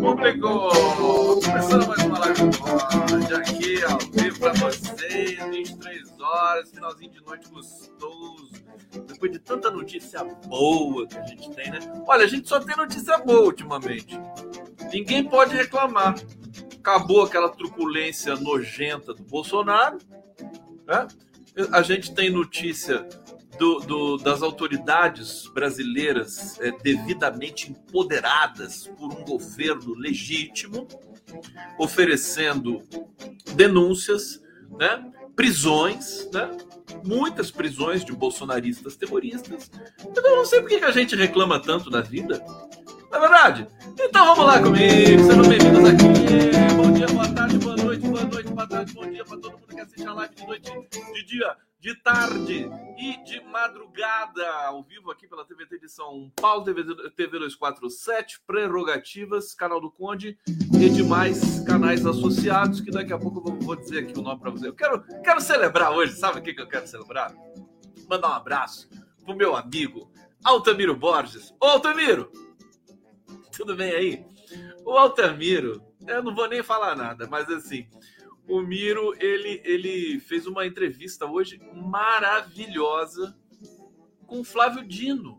público! Começando mais uma live aqui ao vivo para vocês, 23 horas, finalzinho de noite gostoso. Depois de tanta notícia boa que a gente tem, né? Olha, a gente só tem notícia boa ultimamente. Ninguém pode reclamar. Acabou aquela truculência nojenta do Bolsonaro, né? A gente tem notícia das autoridades brasileiras devidamente empoderadas por um governo legítimo, oferecendo denúncias, né? Prisões, né? Muitas prisões de bolsonaristas terroristas. Eu não sei por que a gente reclama tanto da vida. Não é verdade? Então vamos lá comigo, sejam bem-vindos aqui. Bom dia, boa tarde, boa noite, boa tarde, bom dia para todo mundo que assiste a live de noite, de dia, de tarde e de madrugada, ao vivo aqui pela TVT de São Paulo, TV 247, Prerrogativas, Canal do Conde e demais canais associados, que daqui a pouco eu vou dizer aqui o nome para você. Eu quero celebrar hoje, sabe o que eu quero celebrar? Mandar um abraço pro meu amigo Altamiro Borges. Ô, Altamiro! Tudo bem aí? O Altamiro, eu não vou nem falar nada, mas assim, o Miro, ele fez uma entrevista hoje maravilhosa com o Flávio Dino.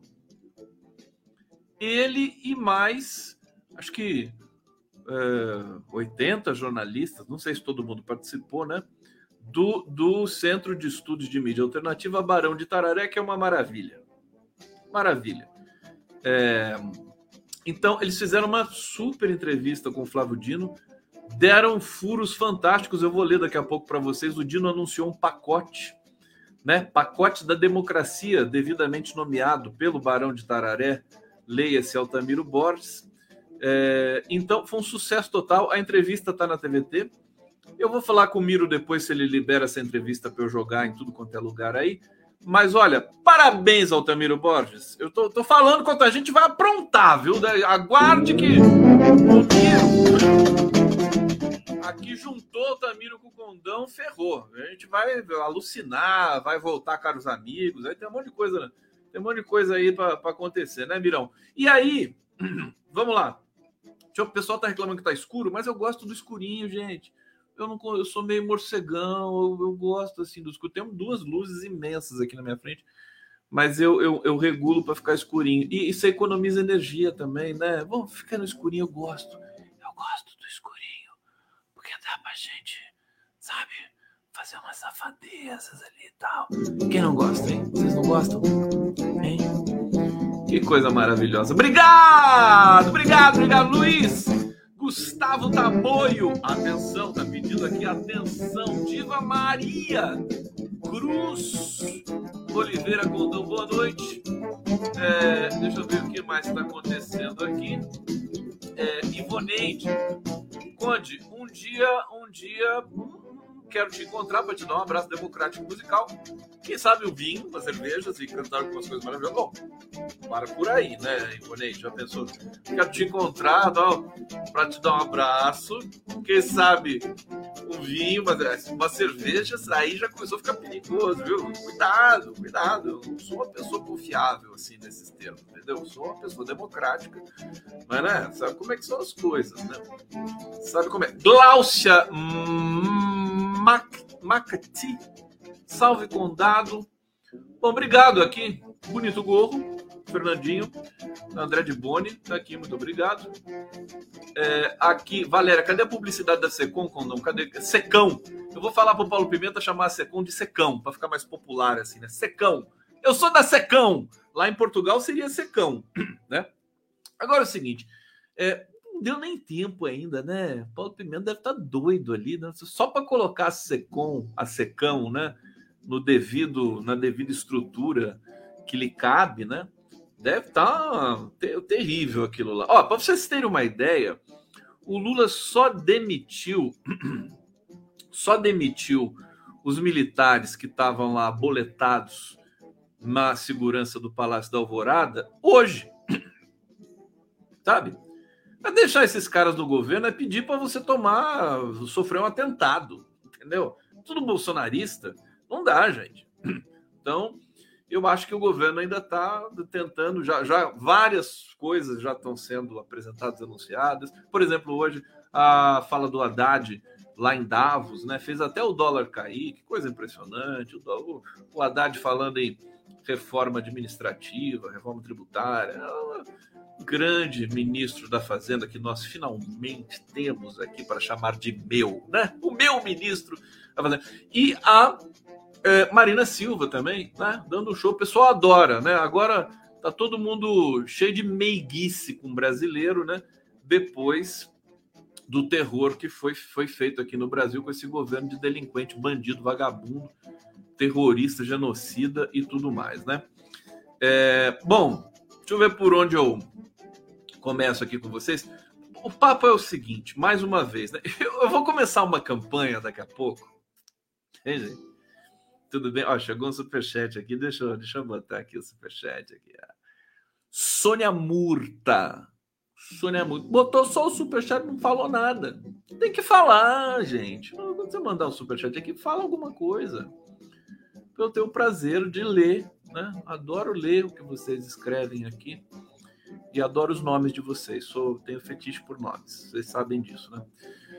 Ele e mais, acho que 80 jornalistas, não sei se todo mundo participou, né? Do Centro de Estudos de Mídia Alternativa Barão de Tararé, que é uma maravilha. Maravilha. Então, eles fizeram uma super entrevista com o Flávio Dino, deram furos fantásticos, eu vou ler daqui a pouco para vocês. O Dino anunciou um pacote, né? Pacote da democracia, devidamente nomeado pelo Barão de Tararé, leia-se Altamiro Borges. Então, foi um sucesso total, a entrevista está na TVT. Eu vou falar com o Miro depois se ele libera essa entrevista para eu jogar em tudo quanto é lugar aí. Mas olha, parabéns, Altamiro Borges. Eu tô falando quanto a gente vai aprontar, viu? Aguarde que o Miro aqui juntou o Altamiro com o Condão, ferrou. A gente vai alucinar, vai voltar caros amigos. Aí tem um monte de coisa, né? Tem um monte de coisa aí para acontecer, né, Mirão? E aí, vamos lá. O pessoal tá reclamando que tá escuro, mas eu gosto do escurinho, gente. Eu sou meio morcegão, eu gosto assim do escuro. Tem duas luzes imensas aqui na minha frente, mas eu regulo para ficar escurinho. E isso economiza energia também, né? Vamos ficar no escurinho, eu gosto do escurinho, porque dá pra gente, sabe, fazer umas safadezas ali e tal. Quem não gosta, hein? Vocês não gostam? Hein? Que coisa maravilhosa. Obrigado, Luiz! Gustavo Tamoio, atenção, tá pedindo aqui, atenção, Diva Maria Cruz Oliveira Condão, boa noite. Deixa eu ver o que mais está acontecendo aqui. Ivoneide Conde, um dia quero te encontrar para te dar um abraço democrático musical. Quem sabe o vinho, umas cervejas e cantar algumas coisas maravilhosas. Bom, para por aí, né, Ivoneide? Já pensou? Quero te encontrar para te dar um abraço. Quem sabe o vinho, mas uma cerveja, aí já começou a ficar perigoso, viu? Cuidado. Eu não sou uma pessoa confiável, assim, nesses termos, entendeu? Eu sou uma pessoa democrática. Mas, né, sabe como é que são as coisas, né? Sabe como é? Gláucia Macati, salve Condado. Bom, obrigado aqui, bonito gorro, Fernandinho, André de Boni, tá aqui, muito obrigado. Aqui, Valéria, cadê a publicidade da Secom, Condão? Cadê? Secão. Eu vou falar pro Paulo Pimenta chamar a Secom de Secão, para ficar mais popular assim, né? Secão. Eu sou da Secão. Lá em Portugal seria Secão, né? Agora é o seguinte, não deu nem tempo ainda, né? Paulo Pimenta deve estar doido ali, né? Só para colocar a Secão, né? Na devida estrutura que lhe cabe, né? Deve estar terrível aquilo lá. Ó, para vocês terem uma ideia, o Lula só demitiu os militares que estavam lá boletados na segurança do Palácio da Alvorada hoje, sabe? Para deixar esses caras no governo é pedir para você sofrer um atentado, entendeu? Tudo bolsonarista, não dá, gente. Então, Eu acho que o governo ainda está tentando, já várias coisas já estão sendo apresentadas, anunciadas. Por exemplo, hoje a fala do Haddad lá em Davos, né, fez até o dólar cair, que coisa impressionante. O Haddad falando em reforma administrativa, reforma tributária. Um grande ministro da Fazenda que nós finalmente temos aqui para chamar de meu, né? O meu ministro da Fazenda. E a Marina Silva também, né? Dando um show. O pessoal adora, né? Agora tá todo mundo cheio de meiguice com o brasileiro, né? Depois do terror que foi feito aqui no Brasil com esse governo de delinquente, bandido, vagabundo, terrorista, genocida e tudo mais, né? Bom, deixa eu ver por onde eu começo aqui com vocês. O papo é o seguinte, mais uma vez, né? Eu vou começar uma campanha daqui a pouco. Hein, gente? Tudo bem? Ó, chegou um superchat aqui, deixa eu botar aqui o superchat aqui. Sônia Murta botou só o superchat, não falou nada. Tem que falar, gente. Quando você mandar um superchat aqui, fala alguma coisa. Eu tenho o prazer de ler, né? Adoro ler o que vocês escrevem aqui e adoro os nomes de vocês. Tenho fetiche por nomes, vocês sabem disso, né?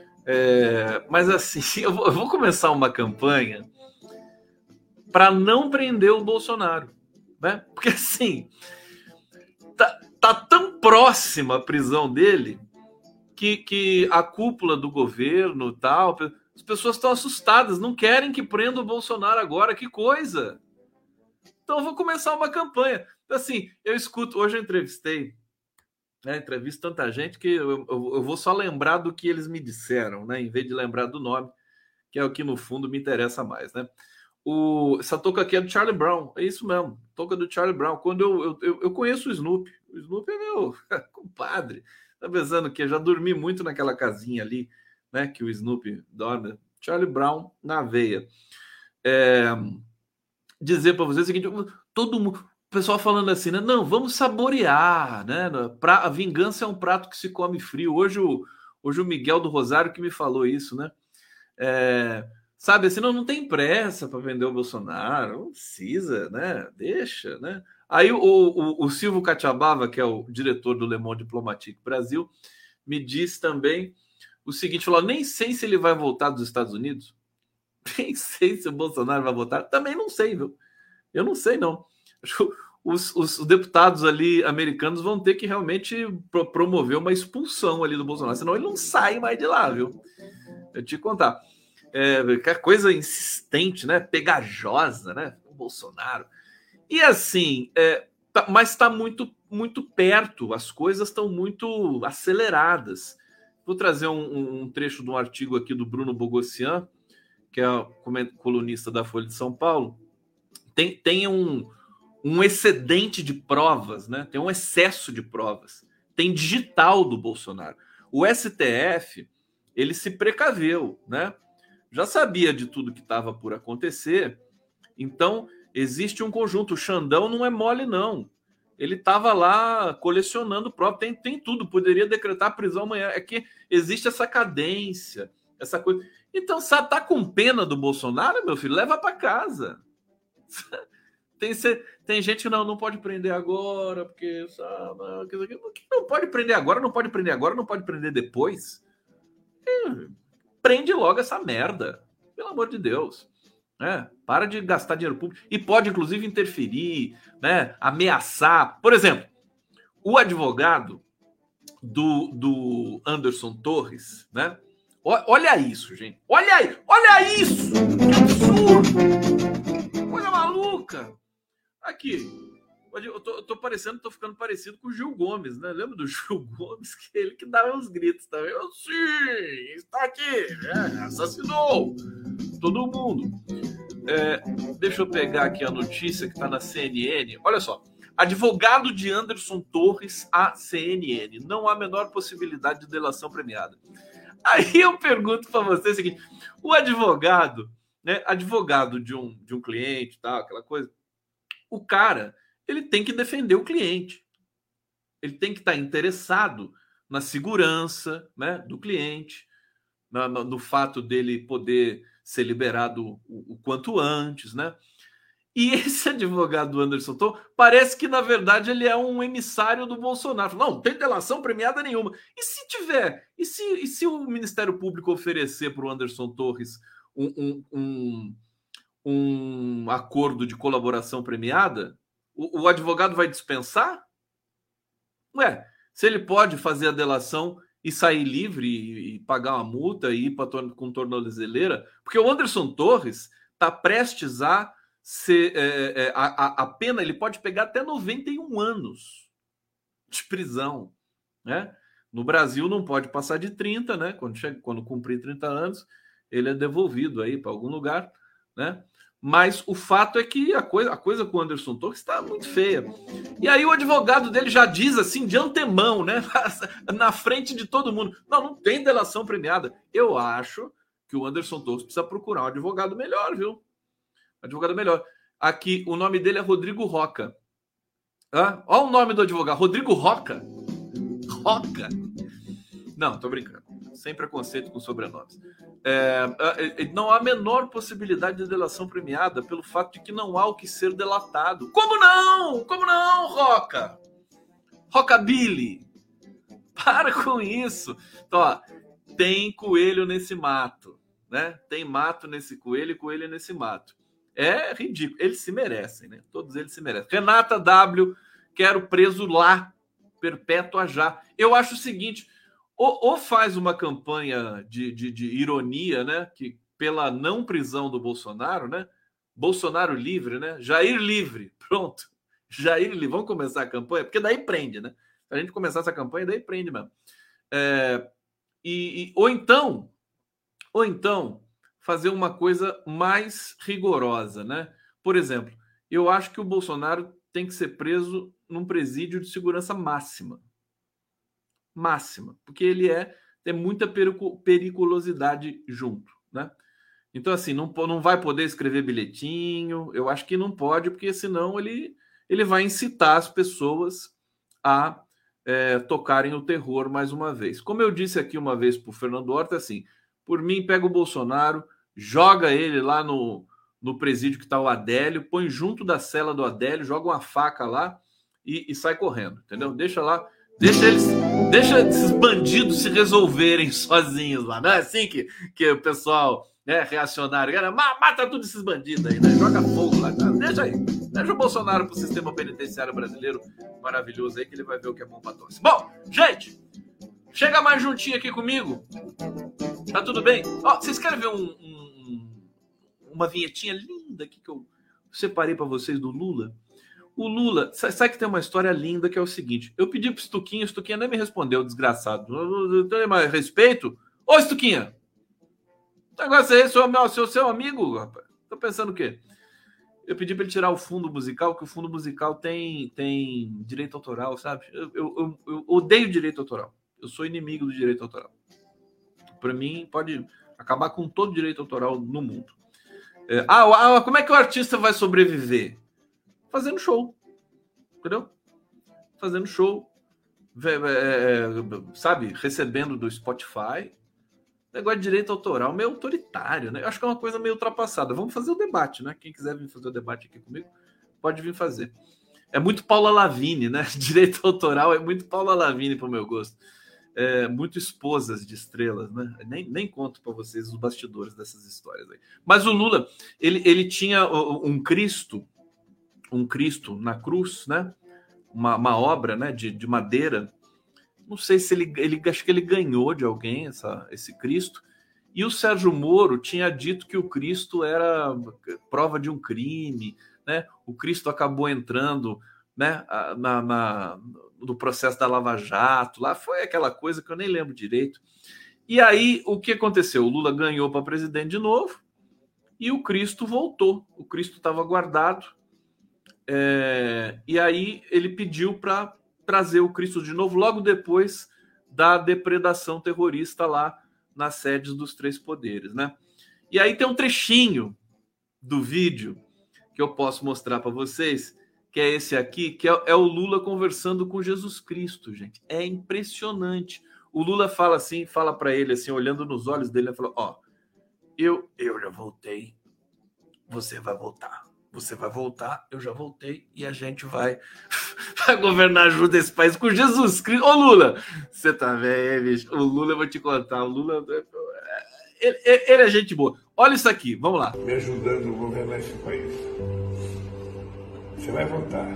Mas assim, eu vou começar uma campanha para não prender o Bolsonaro, né? Porque assim, tá tão próxima a prisão dele que a cúpula do governo tal, as pessoas estão assustadas, não querem que prenda o Bolsonaro agora, que coisa! Então eu vou começar uma campanha. Assim, eu escuto, hoje eu entrevistei, né, entrevisto tanta gente que eu vou só lembrar do que eles me disseram, né, em vez de lembrar do nome, que é o que no fundo me interessa mais, né? Essa touca aqui é do Charlie Brown, é isso mesmo, touca do Charlie Brown. Quando eu conheço o Snoopy é meu compadre. Tá pensando que eu já dormi muito naquela casinha ali, né, que o Snoopy dorme. Charlie Brown na veia. Dizer para vocês o seguinte, todo mundo, o pessoal falando assim, né? Não, vamos saborear, né? A vingança é um prato que se come frio. Hoje o Miguel do Rosário que me falou isso, né? Sabe assim, não tem pressa para vender o Bolsonaro, não precisa, né? Deixa, né? Aí o Silvio Catiabava, que é o diretor do Le Monde Diplomatique Brasil, me disse também o seguinte, falou, nem sei se ele vai voltar dos Estados Unidos, nem sei se o Bolsonaro vai voltar, também não sei, viu? Eu não sei, não. Os deputados ali americanos vão ter que realmente promover uma expulsão ali do Bolsonaro, senão ele não sai mais de lá, viu? Eu te contar. Que coisa insistente, né? Pegajosa, né? O Bolsonaro. E assim, mas está muito, muito perto, as coisas estão muito aceleradas. Vou trazer um trecho de um artigo aqui do Bruno Bogossian, que é colunista da Folha de São Paulo. Tem um excedente de provas, né? Tem um excesso de provas. Tem digital do Bolsonaro. O STF, ele se precaveu, né? Já sabia de tudo que estava por acontecer, então existe um conjunto. O Xandão não é mole, não. Ele estava lá colecionando provas, tem tudo, poderia decretar prisão amanhã. É que existe essa cadência, essa coisa. Então, se tá com pena do Bolsonaro, meu filho, leva para casa. Tem gente que não pode prender agora, porque não pode prender agora, não pode prender agora, não pode prender depois. Prende logo essa merda, pelo amor de Deus. Para de gastar dinheiro público. E pode, inclusive, interferir, né? Ameaçar. Por exemplo, o advogado do Anderson Torres, né? Olha isso, gente. Olha isso! Que absurdo! Coisa maluca! Aqui. Tô ficando parecido com o Gil Gomes, né? Lembra do Gil Gomes? Que ele que dava uns gritos também. Sim, está aqui, né? Assassinou todo mundo. Deixa eu pegar aqui a notícia que está na CNN. Olha só. Advogado de Anderson Torres à CNN. Não há a menor possibilidade de delação premiada. Aí eu pergunto para você o seguinte: o advogado, né? Advogado de um cliente, tal, aquela coisa. O cara, ele tem que defender o cliente. Ele tem que estar interessado na segurança, né, do cliente, no fato dele poder ser liberado o quanto antes, né? E esse advogado do Anderson Torres parece que, na verdade, ele é um emissário do Bolsonaro. Não tem delação premiada nenhuma. E se tiver? E se o Ministério Público oferecer para o Anderson Torres um acordo de colaboração premiada, o advogado vai dispensar? Ué, se ele pode fazer a delação e sair livre e pagar uma multa e ir com tornozeleira, porque o Anderson Torres está prestes a ser. A pena, ele pode pegar até 91 anos de prisão, né? No Brasil não pode passar de 30, né? Quando cumprir 30 anos, ele é devolvido aí para algum lugar, né? Mas o fato é que a coisa com o Anderson Torres está muito feia. E aí o advogado dele já diz assim de antemão, né? Na frente de todo mundo. Não tem delação premiada. Eu acho que o Anderson Torres precisa procurar um advogado melhor, viu? Advogado melhor. Aqui, o nome dele é Rodrigo Roca. Olha o nome do advogado. Rodrigo Roca. Roca. Não, tô brincando. Sem preconceito com sobrenomes. Não há a menor possibilidade de delação premiada pelo fato de que não há o que ser delatado. Como não? Como não, Roca? Rockabilly. Para com isso. Então, ó, tem coelho nesse mato, né? Tem mato nesse coelho e coelho nesse mato. É ridículo. Eles se merecem, né? Todos eles se merecem. Renata W, quero preso lá, perpétua já. Eu acho o seguinte, ou faz uma campanha de ironia, né? Que pela não prisão do Bolsonaro, né? Bolsonaro livre, né? Jair livre. Pronto. Jair livre. Vamos começar a campanha, porque daí prende, né? Se a gente começar essa campanha, daí prende mesmo. Ou então fazer uma coisa mais rigorosa, né? Por exemplo, eu acho que o Bolsonaro tem que ser preso num presídio de segurança máxima. Máxima, porque ele tem muita periculosidade junto, né? Então, assim, não vai poder escrever bilhetinho, eu acho que não pode, porque senão ele vai incitar as pessoas a tocarem o terror mais uma vez. Como eu disse aqui uma vez para o Fernando Horta, assim, por mim, pega o Bolsonaro, joga ele lá no presídio que está o Adélio, põe junto da cela do Adélio, joga uma faca lá e sai correndo, entendeu? Deixa lá, deixa esses bandidos se resolverem sozinhos lá. Não é assim que o pessoal reacionário, mata todos esses bandidos aí, né? Joga fogo lá, deixa aí. Deixa o Bolsonaro pro sistema penitenciário brasileiro maravilhoso aí, que ele vai ver o que é bom pra todos. Bom, gente, chega mais juntinho aqui comigo. Tá tudo bem? Vocês querem ver uma vinhetinha linda aqui que eu separei para vocês do Lula? O Lula, sabe que tem uma história linda que é o seguinte: eu pedi pro Stuquinha, o Stuquinha nem me respondeu, desgraçado. Tem mais respeito? Ô, Stuquinha! O negócio é esse, sou seu amigo, rapaz. Tô pensando o quê? Eu pedi para ele tirar o fundo musical, que o fundo musical tem direito autoral, sabe? Eu odeio direito autoral. Eu sou inimigo do direito autoral. Para mim, pode acabar com todo direito autoral no mundo. Como é que o artista vai sobreviver? Fazendo show. Entendeu? Fazendo show. Sabe? Recebendo do Spotify. Negócio de direito autoral meio autoritário, né? Eu acho que é uma coisa meio ultrapassada. Vamos fazer o debate, né? Quem quiser vir fazer o debate aqui comigo, pode vir fazer. É muito Paula Lavigne, né? Direito autoral é muito Paula Lavigne para o meu gosto. Muito esposas de estrelas, né? Nem conto para vocês os bastidores dessas histórias aí. Mas o Lula, ele tinha um Cristo na cruz, né? Uma obra, né? De madeira. Não sei se acho que ele ganhou de alguém esse Cristo. E o Sérgio Moro tinha dito que o Cristo era prova de um crime, né? O Cristo acabou entrando, né, no processo da Lava Jato. Lá foi aquela coisa que eu nem lembro direito. E aí, o que aconteceu? O Lula ganhou para presidente de novo e o Cristo voltou. O Cristo estava guardado. E aí ele pediu para trazer o Cristo de novo, logo depois da depredação terrorista lá nas sedes dos três poderes, né? E aí tem um trechinho do vídeo que eu posso mostrar para vocês, que é esse aqui, que é o Lula conversando com Jesus Cristo, gente. É impressionante. O Lula fala para ele assim, olhando nos olhos dele, ele falou: eu já voltei, você vai voltar. Você vai voltar, eu já voltei, e a gente vai, vai governar junto esse país com Jesus Cristo. Ô Lula, você tá vendo, bicho? O Lula, eu vou te contar, o Lula, ele é gente boa. Olha isso aqui, vamos lá. Me ajudando a governar esse país. Você vai votar.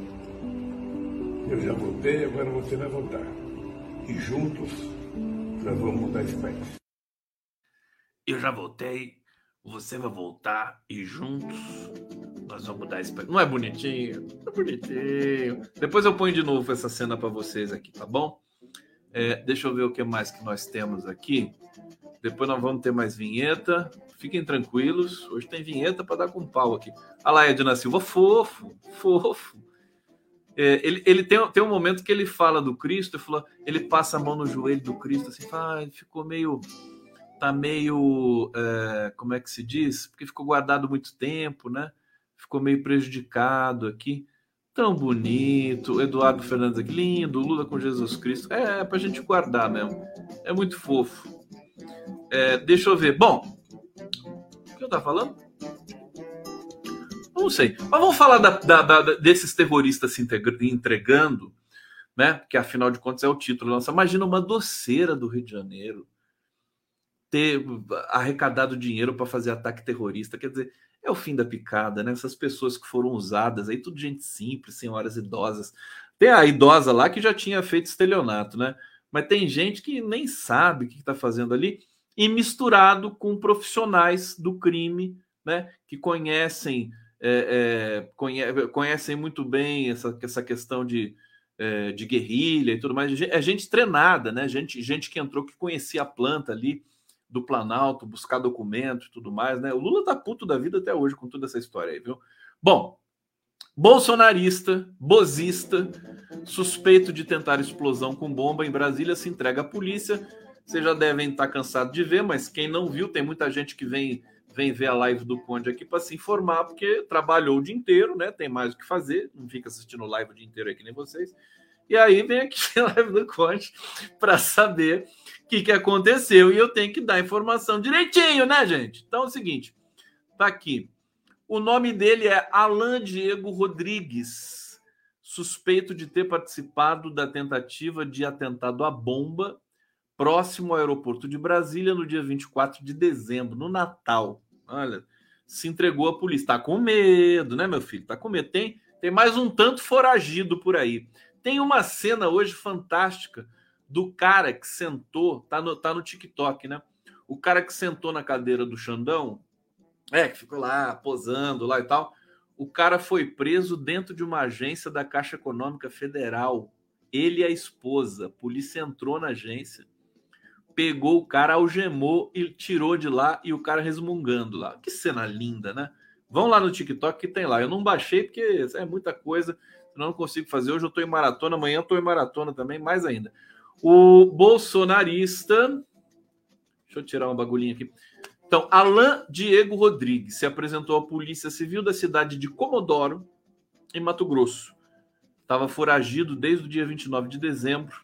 Eu já votei, agora você vai votar. E juntos nós vamos mudar esse país. Eu já votei, você vai voltar e juntos nós vamos mudar esse país. Não é bonitinho? É bonitinho. Depois eu ponho de novo essa cena para vocês aqui, tá bom? Deixa eu ver o que mais que nós temos aqui. Depois nós vamos ter mais vinheta. Fiquem tranquilos. Hoje tem vinheta para dar com pau aqui. Olha lá, Edna Silva. Fofo, fofo. Ele tem um momento que ele fala do Cristo. Ele passa a mão no joelho do Cristo. Assim, ele ficou meio... Tá meio... como é que se diz? Porque ficou guardado muito tempo, né? Ficou meio prejudicado aqui. Tão bonito. Eduardo Fernandes aqui. Lindo. Lula com Jesus Cristo. É pra gente guardar mesmo. É muito fofo. Deixa eu ver. Bom, o que eu tava falando? Não sei. Mas vamos falar desses terroristas se entregando, né? Que afinal de contas é o título da nossa. Imagina uma doceira do Rio de Janeiro ter arrecadado dinheiro para fazer ataque terrorista. Quer dizer, é o fim da picada, né? Essas pessoas que foram usadas aí, tudo gente simples, senhoras idosas. Tem a idosa lá que já tinha feito estelionato, né? Mas tem gente que nem sabe o que está fazendo ali, e misturado com profissionais do crime, né? Que conhecem muito bem essa questão de guerrilha e tudo mais. É gente treinada, né? Gente que entrou, que conhecia a planta ali do Planalto, buscar documento e tudo mais, né? O Lula tá puto da vida até hoje com toda essa história aí, viu? Bom, bolsonarista, bozista, suspeito de tentar explosão com bomba em Brasília, se entrega à polícia. Vocês já devem estar cansados de ver, mas quem não viu, tem muita gente que vem ver a live do Conde aqui para se informar, porque trabalhou o dia inteiro, né? Tem mais o que fazer, não fica assistindo live o dia inteiro aí que nem vocês. E aí vem aqui a live do Conde para saber o que aconteceu. E eu tenho que dar a informação direitinho, né, gente? Então é o seguinte, tá aqui. O nome dele é Alan Diego Rodrigues, suspeito de ter participado da tentativa de atentado à bomba próximo ao aeroporto de Brasília no dia 24 de dezembro, no Natal. Olha, se entregou à polícia. Tá com medo, né, meu filho? Tá com medo. Tem mais um tanto foragido por aí. Tem uma cena hoje fantástica do cara que sentou, tá no TikTok, né? O cara que sentou na cadeira do Xandão, que ficou lá posando lá e tal. O cara foi preso dentro de uma agência da Caixa Econômica Federal. Ele e a esposa. A polícia entrou na agência, pegou o cara, algemou e tirou de lá, e o cara resmungando lá. Que cena linda, né? Vão lá no TikTok que tem lá. Eu não baixei porque é muita coisa, senão não consigo fazer. Hoje eu tô em maratona, amanhã eu tô em maratona também, mais ainda. O bolsonarista... Deixa eu tirar uma bagulhinha aqui. Então, Alan Diego Rodrigues se apresentou à Polícia Civil da cidade de Comodoro, em Mato Grosso. Estava foragido desde o dia 29 de dezembro.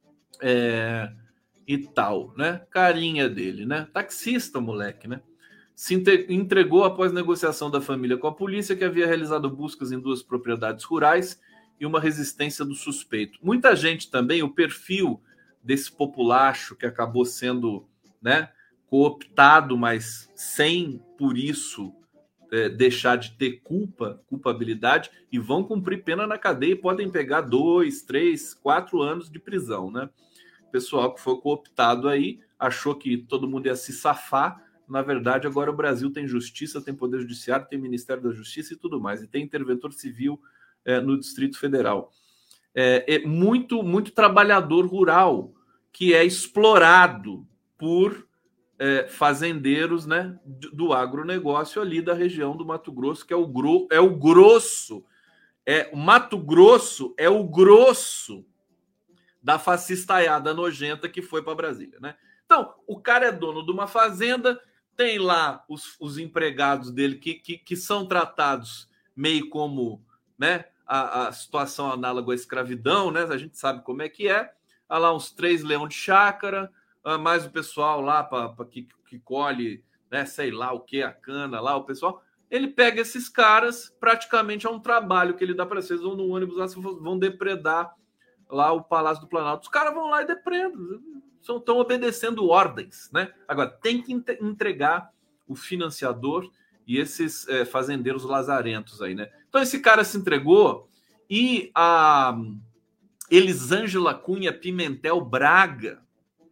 E tal, né? Carinha dele, né? Taxista, moleque, né? Se entregou após negociação da família com a polícia, que havia realizado buscas em 2 propriedades rurais e uma resistência do suspeito. Muita gente também, o perfil desse populacho que acabou sendo, né, cooptado, mas sem, por isso, deixar de ter culpabilidade, e vão cumprir pena na cadeia e podem pegar 2, 3, 4 anos de prisão, né? O pessoal que foi cooptado aí achou que todo mundo ia se safar. Na verdade, agora o Brasil tem justiça, tem poder judiciário, tem Ministério da Justiça e tudo mais, e tem interventor civil no Distrito Federal. Muito, muito trabalhador rural que é explorado por fazendeiros, né, do agronegócio ali da região do Mato Grosso, que é o grosso. O Mato Grosso é o grosso da fascistaiada nojenta que foi para Brasília, né? Então, o cara é dono de uma fazenda, tem lá os empregados dele que são tratados meio como, né, a situação análoga à escravidão, né? A gente sabe como é que é. Há lá uns 3 leão de chácara, mais o pessoal lá que colhe, né, sei lá o que, a cana lá, o pessoal. Ele pega esses caras, praticamente é um trabalho que ele dá para vocês, vão no ônibus lá, vão depredar lá o Palácio do Planalto. Os caras vão lá e depredam, estão obedecendo ordens, né? Agora, tem que entregar o financiador e esses fazendeiros lazarentos aí, né? Então, esse cara se entregou e a Elisângela Cunha Pimentel Braga,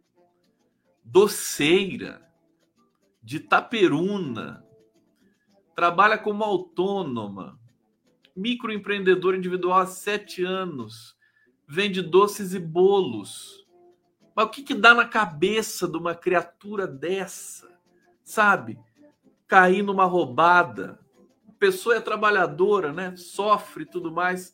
doceira, de Itaperuna, trabalha como autônoma, microempreendedora individual há 7 anos, vende doces e bolos. Mas o que dá na cabeça de uma criatura dessa? Sabe? Cair numa roubada. A pessoa é trabalhadora, né? Sofre e tudo mais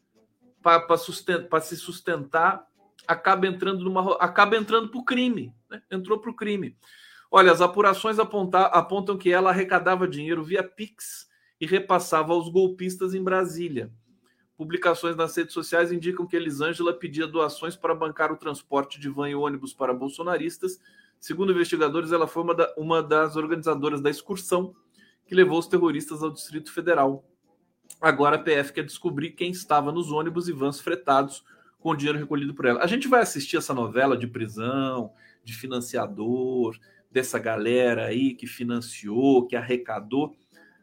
para se sustentar, acaba entrando para o crime, né? Entrou para o crime. Olha, as apurações apontam que ela arrecadava dinheiro via Pix e repassava aos golpistas em Brasília. Publicações nas redes sociais indicam que Elisângela pedia doações para bancar o transporte de van e ônibus para bolsonaristas. Segundo investigadores, ela foi uma das organizadoras da excursão que levou os terroristas ao Distrito Federal. Agora a PF quer descobrir quem estava nos ônibus e vans fretados com o dinheiro recolhido por ela. A gente vai assistir essa novela de prisão, de financiador, dessa galera aí que financiou, que arrecadou,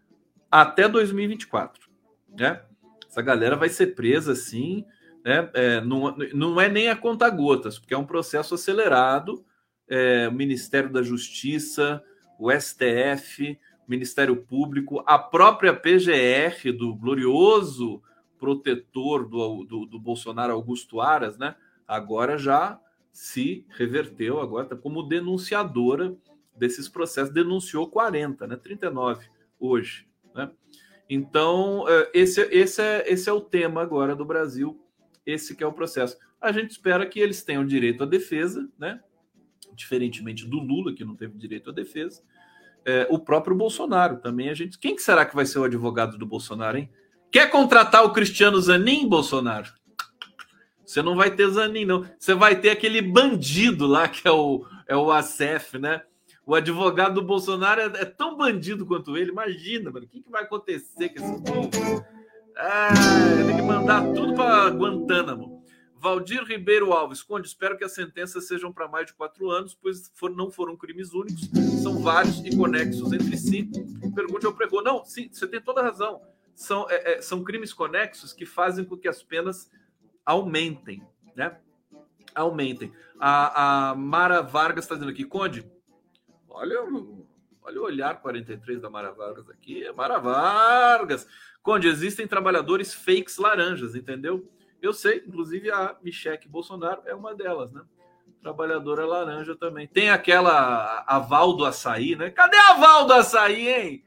até 2024, né? Essa galera vai ser presa assim, né? Não é nem a conta-gotas, porque é um processo acelerado. O Ministério da Justiça, o STF, o Ministério Público, a própria PGR, do glorioso protetor do Bolsonaro, Augusto Aras, né? Agora já se reverteu, agora está como denunciadora desses processos, denunciou 40, né? 39 hoje, né? Então, esse é o tema agora do Brasil, esse que é o processo. A gente espera que eles tenham direito à defesa, né? Diferentemente do Lula, que não teve direito à defesa. O próprio Bolsonaro também. Quem que será que vai ser o advogado do Bolsonaro, hein? Quer contratar o Cristiano Zanin, Bolsonaro? Você não vai ter Zanin, não. Você vai ter aquele bandido lá, que é o Acef, né? O advogado do Bolsonaro é tão bandido quanto ele. Imagina, mano, o que vai acontecer com esse povo? Tem que mandar tudo para Guantánamo. Valdir Ribeiro Alves, Conde, espero que as sentenças sejam para mais de 4 anos, pois não foram crimes únicos, são vários e conexos entre si. Pergunte ao pregão. Não, sim, você tem toda a razão. São crimes conexos que fazem com que as penas aumentem, né? Aumentem. A Mara Vargas está dizendo aqui, Conde, olha o olhar 43 da Mara Vargas aqui. Mara Vargas. Conde, existem trabalhadores fakes laranjas, entendeu? Eu sei, inclusive a Michele Bolsonaro é uma delas, né? Trabalhadora laranja também. Tem aquela Aval do Açaí, né? Cadê a Aval do Açaí, hein?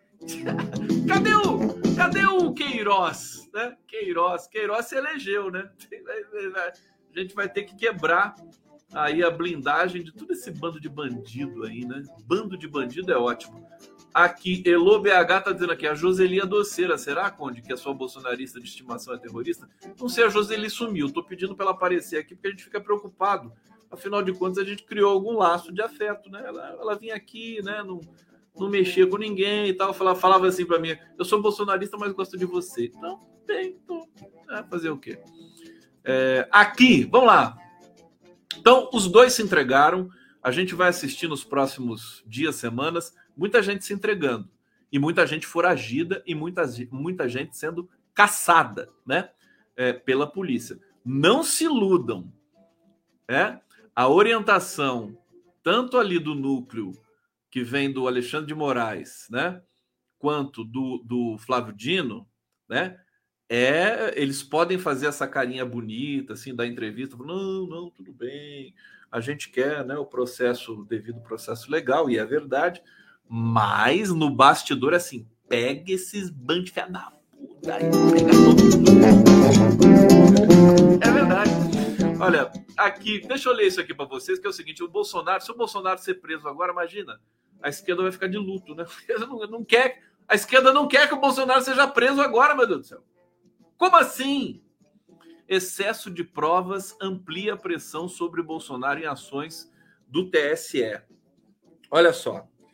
Cadê o Queiroz, né? Queiroz se elegeu, né? A gente vai ter que quebrar aí a blindagem de todo esse bando de bandido aí, né? Bando de bandido é ótimo. Aqui, Elo BH tá dizendo aqui, a Joseli é doceira. Será, Conde, que a sua bolsonarista de estimação é terrorista? Não sei, a Joseli sumiu. Tô pedindo para ela aparecer aqui porque a gente fica preocupado. Afinal de contas, a gente criou algum laço de afeto, né? Ela vinha aqui, né? Não mexia com ninguém e tal. Falava assim para mim, eu sou bolsonarista, mas gosto de você. Então, fazer o quê? Aqui, vamos lá. Então, os dois se entregaram. A gente vai assistir nos próximos dias, semanas, muita gente se entregando. E muita gente foragida e muita gente sendo caçada, né? Pela polícia. Não se iludam. A orientação, tanto ali do núcleo que vem do Alexandre de Moraes, né? Quanto do Flávio Dino, né? Eles podem fazer essa carinha bonita, assim, da entrevista, falando, não, tudo bem, a gente quer, né, o devido processo legal, e é verdade, mas no bastidor, assim, pega esses bandidos da puta aí, pega todo mundo. É verdade. Olha, aqui, deixa eu ler isso aqui para vocês, que é o seguinte, se o Bolsonaro ser preso agora, imagina, a esquerda vai ficar de luto, né? A esquerda não quer que o Bolsonaro seja preso agora, meu Deus do céu. Como assim? Excesso de provas amplia a pressão sobre Bolsonaro em ações do TSE. Olha só.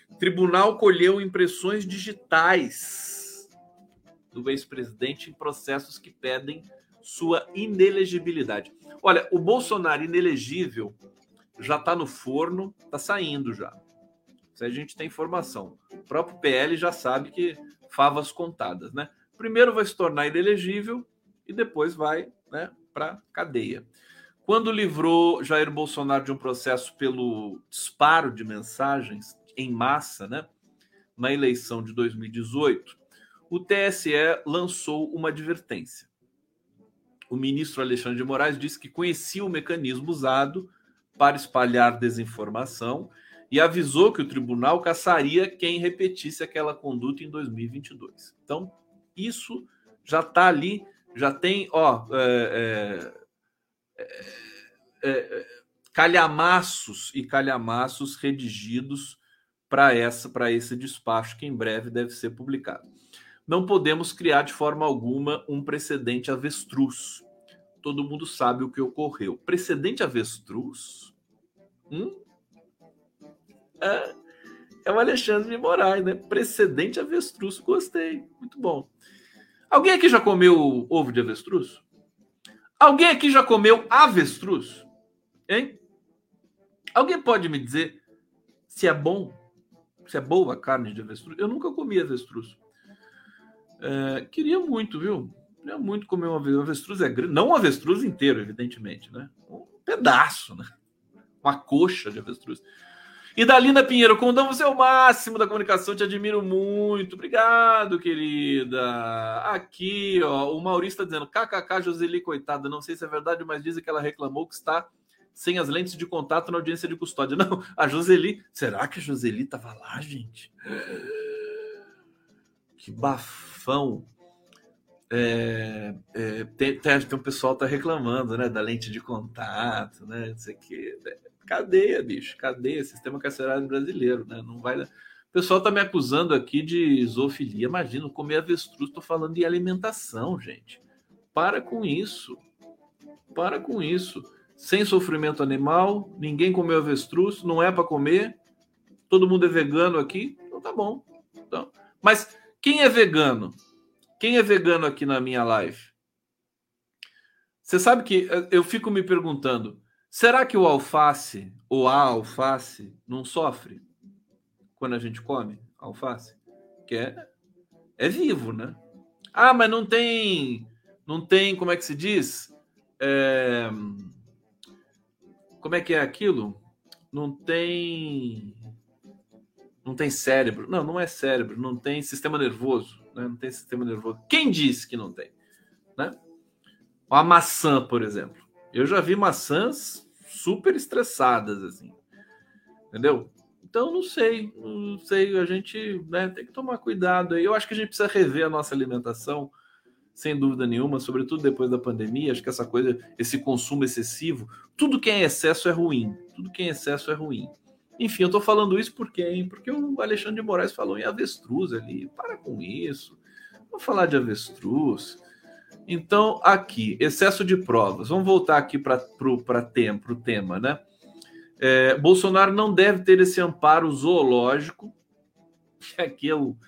Tribunal colheu impressões digitais do ex-presidente em processos que pedem sua inelegibilidade. Olha, o Bolsonaro inelegível já está no forno, está saindo já. Isso a gente tem informação. O próprio PL já sabe que favas contadas, né? Primeiro vai se tornar inelegível e depois vai, né, para cadeia. Quando livrou Jair Bolsonaro de um processo pelo disparo de mensagens em massa, né, na eleição de 2018, o TSE lançou uma advertência. O ministro Alexandre de Moraes disse que conhecia o mecanismo usado para espalhar desinformação e avisou que o tribunal caçaria quem repetisse aquela conduta em 2022. Então, isso já está ali, já tem calhamaços e calhamaços redigidos para esse despacho que em breve deve ser publicado. Não podemos criar de forma alguma um precedente avestruz. Todo mundo sabe o que ocorreu. Precedente avestruz? É o Alexandre de Moraes, né? Precedente avestruz. Gostei. Muito bom. Alguém aqui já comeu ovo de avestruz? Alguém aqui já comeu avestruz? Hein? Alguém pode me dizer se é bom? Se é boa a carne de avestruz? Eu nunca comi avestruz. Queria muito, viu? Queria muito comer uma avestruz. Não um avestruz inteiro, evidentemente, né? Um pedaço, né? Uma coxa de avestruz. E Dalina Pinheiro, Condão, você é o máximo da comunicação, te admiro muito. Obrigado, querida. Aqui, ó, o Maurício está dizendo, kkk, Joseli, coitada, não sei se é verdade, mas dizem que ela reclamou que está sem as lentes de contato na audiência de custódia. Não, a Joseli, será que a Joseli estava lá, gente? Que bafão. Tem um pessoal que tá reclamando, né, da lente de contato, né, não sei o que. Cadeia, bicho, cadeia, sistema carcerário brasileiro, né? Não vai. O pessoal tá me acusando aqui de zoofilia. Imagina, comer avestruz, tô falando de alimentação, gente. Para com isso. Para com isso. Sem sofrimento animal, ninguém comeu avestruz, não é para comer. Todo mundo é vegano aqui, então tá bom. Então, mas quem é vegano? Quem é vegano aqui na minha live? Você sabe que eu fico me perguntando, será que o alface ou a alface não sofre quando a gente come alface? Que é vivo, né? Ah, mas não tem, como é que se diz? Como é que é aquilo? Não tem cérebro. Não é cérebro, não tem sistema nervoso, né? Não tem sistema nervoso. Quem disse que não tem? Né? A maçã, por exemplo. Eu já vi maçãs super estressadas, assim. Entendeu? Então, não sei. A gente, né, tem que tomar cuidado. Eu acho que a gente precisa rever a nossa alimentação, sem dúvida nenhuma, sobretudo depois da pandemia. Acho que essa coisa, esse consumo excessivo, tudo que é em excesso é ruim. Tudo que é em excesso é ruim. Enfim, eu tô falando isso por quê, hein? Porque o Alexandre de Moraes falou em avestruz ali. Para com isso. Vamos falar de avestruz. Então, aqui, excesso de provas. Vamos voltar aqui para o tema, né? Bolsonaro não deve ter esse amparo zoológico. Aqui é o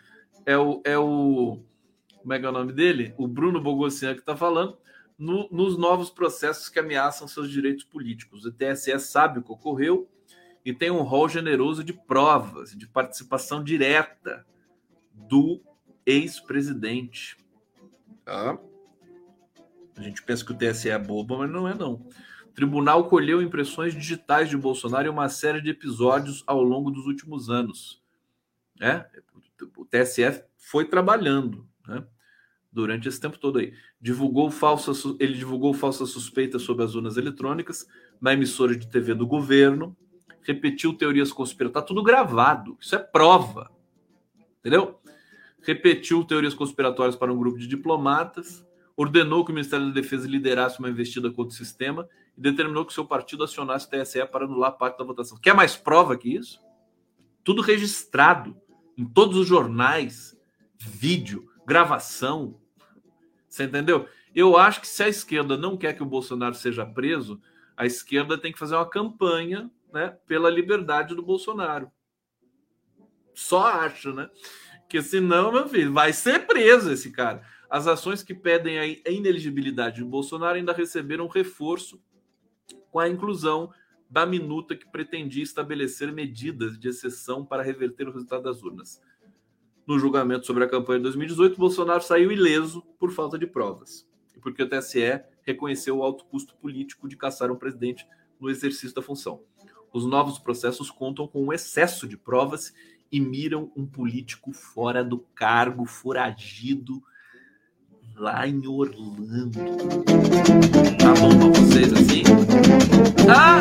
como é que é o nome dele? O Bruno Bogossian que está falando. Nos novos processos que ameaçam seus direitos políticos. O TSE sabe o que ocorreu e tem um rol generoso de provas, de participação direta do ex-presidente. Tá? A gente pensa que o TSE é bobo, mas não é, não. O tribunal colheu impressões digitais de Bolsonaro em uma série de episódios ao longo dos últimos anos. O TSE foi trabalhando, né, durante esse tempo todo aí. Ele divulgou falsas suspeitas sobre as urnas eletrônicas na emissora de TV do governo, repetiu teorias conspiratórias, tá tudo gravado, isso é prova, entendeu? Repetiu teorias conspiratórias para um grupo de diplomatas, ordenou que o Ministério da Defesa liderasse uma investida contra o sistema e determinou que o seu partido acionasse o TSE para anular parte da votação. Quer mais prova que isso? Tudo registrado em todos os jornais, vídeo, gravação. Você entendeu? Eu acho que se a esquerda não quer que o Bolsonaro seja preso, a esquerda tem que fazer uma campanha, né, pela liberdade do Bolsonaro. Só acho, né? Porque senão, meu filho, vai ser preso esse cara. As ações que pedem a inelegibilidade de Bolsonaro ainda receberam reforço com a inclusão da minuta que pretendia estabelecer medidas de exceção para reverter o resultado das urnas. No julgamento sobre a campanha de 2018, Bolsonaro saiu ileso por falta de provas, e porque o TSE reconheceu o alto custo político de caçar um presidente no exercício da função. Os novos processos contam com um excesso de provas e miram um político fora do cargo, foragido, lá em Orlando. Tá bom pra vocês assim? Ah!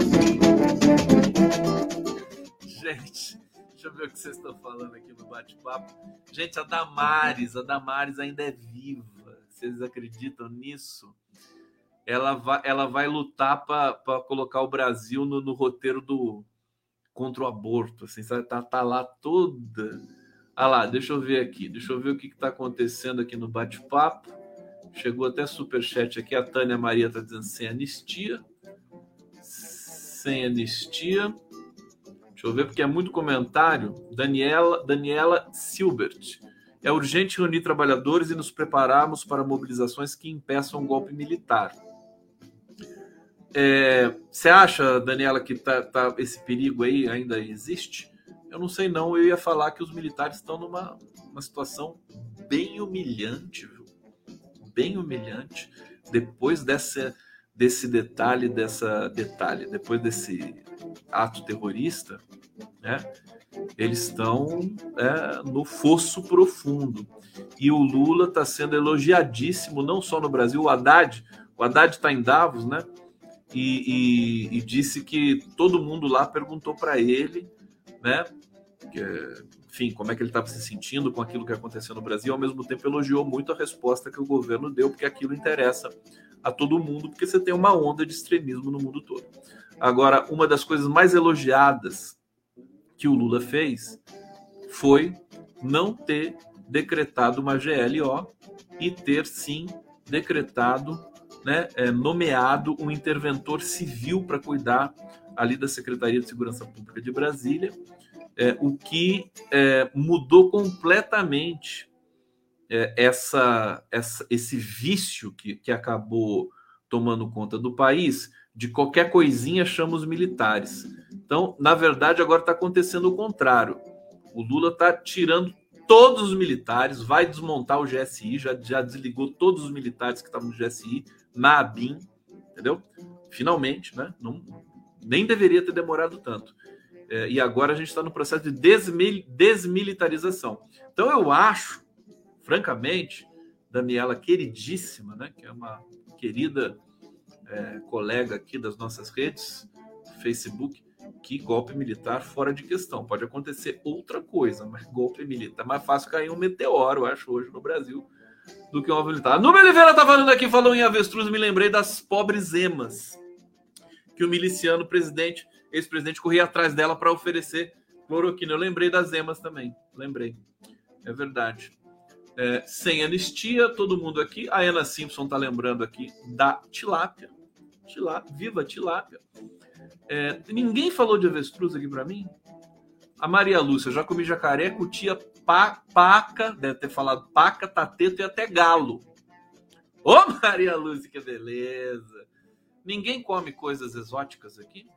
Gente, deixa eu ver o que vocês estão falando aqui no bate-papo. Gente, a Damares ainda é viva. Vocês acreditam nisso? Ela vai lutar para colocar o Brasil no roteiro contra o aborto. Assim, tá lá toda. Ah lá, deixa eu ver aqui. Deixa eu ver o que está acontecendo aqui no bate-papo. Chegou até superchat aqui. A Tânia Maria está dizendo sem anistia. Sem anistia. Deixa eu ver, porque é muito comentário. Daniela Silbert. É urgente reunir trabalhadores e nos prepararmos para mobilizações que impeçam um golpe militar. Você acha, Daniela, que esse perigo aí ainda existe? Eu não sei não. Eu ia falar que os militares estão numa situação bem humilhante, viu? Bem humilhante. Depois desse detalhe, depois desse ato terrorista, né? Eles estão no fosso profundo. E o Lula está sendo elogiadíssimo, não só no Brasil. O Haddad está em Davos, né? E disse que todo mundo lá perguntou para ele, né? Enfim, como é que ele estava se sentindo com aquilo que aconteceu no Brasil. Ao mesmo tempo, elogiou muito a resposta que o governo deu, porque aquilo interessa a todo mundo, porque você tem uma onda de extremismo no mundo todo. Agora, uma das coisas mais elogiadas que o Lula fez foi não ter decretado uma GLO e ter, sim, decretado, né, nomeado um interventor civil para cuidar ali da Secretaria de Segurança Pública de Brasília, o que mudou completamente esse vício que acabou tomando conta do país. De qualquer coisinha chama os militares. Então, na verdade, agora está acontecendo o contrário. O Lula está tirando todos os militares, vai desmontar o GSI, já desligou todos os militares que estavam no GSI, na ABIN, entendeu? Finalmente, né? Nem deveria ter demorado tanto. E agora a gente está no processo de desmilitarização. Então, eu acho, francamente, Daniela, queridíssima, né? Que é uma querida colega aqui das nossas redes, Facebook, que golpe militar fora de questão. Pode acontecer outra coisa, mas golpe militar é mais fácil cair um meteoro, eu acho, hoje no Brasil, do que um golpe militar. Nubia Oliveira tá falando aqui, falou em avestruz, me lembrei das pobres emas, que o miliciano ex-presidente corria atrás dela para oferecer cloroquina. Eu lembrei das emas também, lembrei. É verdade. Sem anistia, todo mundo aqui. A Ana Simpson tá lembrando aqui da tilápia. Viva tilápia. Ninguém falou de avestruz aqui para mim? A Maria Lúcia, já comi jacaré, cutia, paca, deve ter falado paca, tateto e até galo. Ô, Maria Lúcia, que beleza. Ninguém come coisas exóticas aqui?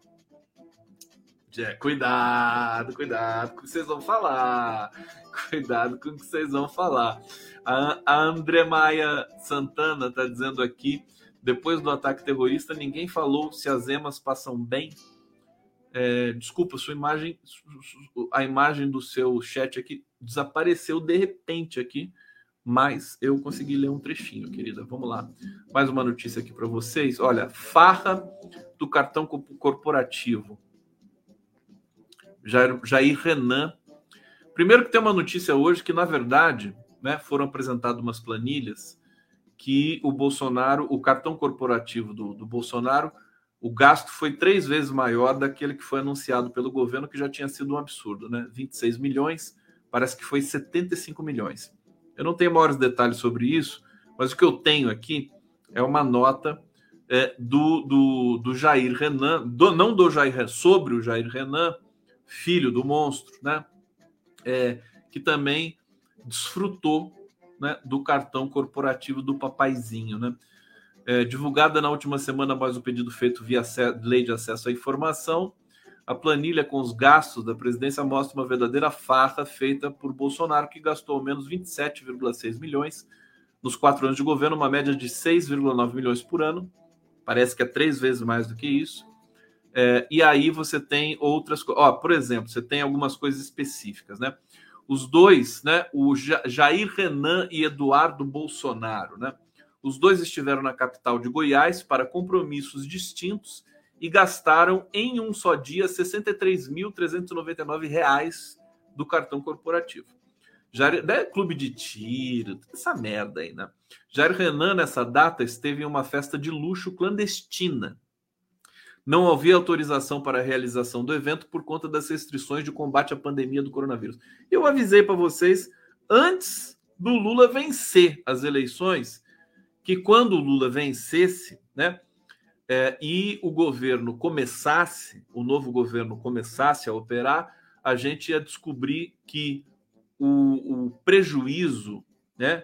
Cuidado com o que vocês vão falar. Cuidado com o que vocês vão falar. A André Maia Santana está dizendo aqui, depois do ataque terrorista, ninguém falou se as emas passam bem. Desculpa, a imagem do seu chat aqui desapareceu de repente aqui, mas eu consegui ler um trechinho, querida. Vamos lá. Mais uma notícia aqui para vocês. Olha, farra do cartão corporativo. Jair Renan. Primeiro que tem uma notícia hoje que, na verdade, né, foram apresentadas umas planilhas que o Bolsonaro, o cartão corporativo do Bolsonaro, o gasto foi 3 vezes maior daquele que foi anunciado pelo governo, que já tinha sido um absurdo, né? 26 milhões, parece que foi 75 milhões. Eu não tenho maiores detalhes sobre isso, mas o que eu tenho aqui é uma nota do Jair Renan, não do Jair Renan, sobre o Jair Renan, filho do monstro, né? que também desfrutou, né, do cartão corporativo do papaizinho, né? Divulgada na última semana após o pedido feito via lei de acesso à informação, a planilha com os gastos da presidência mostra uma verdadeira farra feita por Bolsonaro, que gastou ao menos 27,6 milhões nos 4 anos de governo, uma média de 6,9 milhões por ano. Parece que é 3 vezes mais do que isso. E aí você tem outras coisas. Por exemplo, você tem algumas coisas específicas, né? Os dois, né? O Jair Renan e Eduardo Bolsonaro, né? Os dois estiveram na capital de Goiás para compromissos distintos e gastaram em um só dia R$ 63.399 do cartão corporativo. Jair, clube de tiro, essa merda aí, né? Jair Renan, nessa data, esteve em uma festa de luxo clandestina. Não havia autorização para a realização do evento por conta das restrições de combate à pandemia do coronavírus. Eu avisei para vocês, antes do Lula vencer as eleições, que quando o Lula vencesse, né, e o governo começasse, o novo governo começasse a operar, a gente ia descobrir que o prejuízo, né,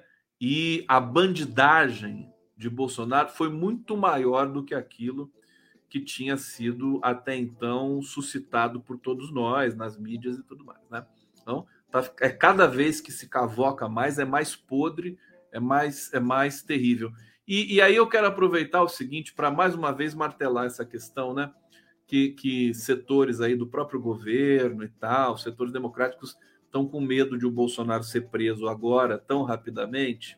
e a bandidagem de Bolsonaro foi muito maior do que aquilo que tinha sido até então suscitado por todos nós, nas mídias e tudo mais, né? Então, cada vez que se cavoca mais, é mais podre, é mais terrível. E aí eu quero aproveitar o seguinte para mais uma vez martelar essa questão, né? Que setores aí do próprio governo e tal, setores democráticos, estão com medo de o Bolsonaro ser preso agora tão rapidamente,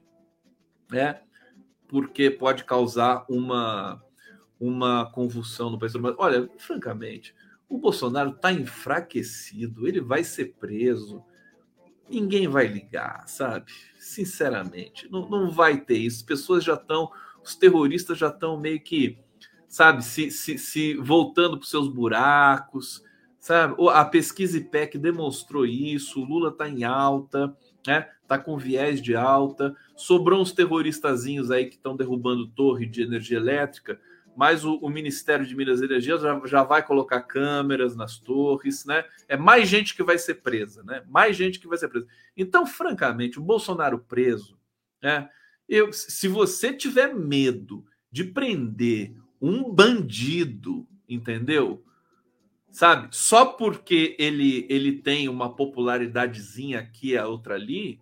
né? Porque pode causar uma convulsão no país. Olha, francamente, o Bolsonaro está enfraquecido, ele vai ser preso, ninguém vai ligar, sabe? Sinceramente, não vai ter isso. As pessoas já estão, os terroristas já estão meio que, sabe, se voltando para os seus buracos, sabe? A pesquisa IPEC demonstrou isso, o Lula está em alta, né? Está com viés de alta, sobrou uns terroristazinhos aí que estão derrubando torre de energia elétrica, mas o Ministério de Minas e Energia já vai colocar câmeras nas torres, né? É mais gente que vai ser presa, né? Mais gente que vai ser presa. Então, francamente, o Bolsonaro preso, né? Se você tiver medo de prender um bandido, entendeu? Sabe? Só porque ele tem uma popularidadezinha aqui e a outra ali,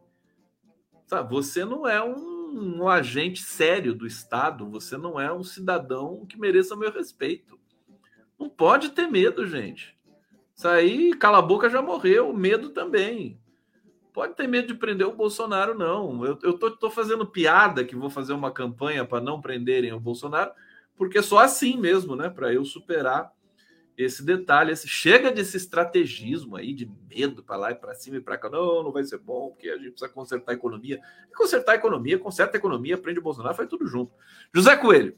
sabe? Você não é um agente sério do Estado, você não é um cidadão que mereça meu respeito. Não pode ter medo, gente. Isso aí, cala a boca, já morreu. Medo também. Pode ter medo de prender o Bolsonaro, não. Eu tô fazendo piada que vou fazer uma campanha para não prenderem o Bolsonaro, porque é só assim mesmo, né? Para eu superar esse detalhe, chega desse estrategismo aí de medo para lá e para cima e para cá. Não vai ser bom, porque a gente precisa consertar a economia. Consertar a economia, conserta a economia, prende o Bolsonaro, faz tudo junto. José Coelho,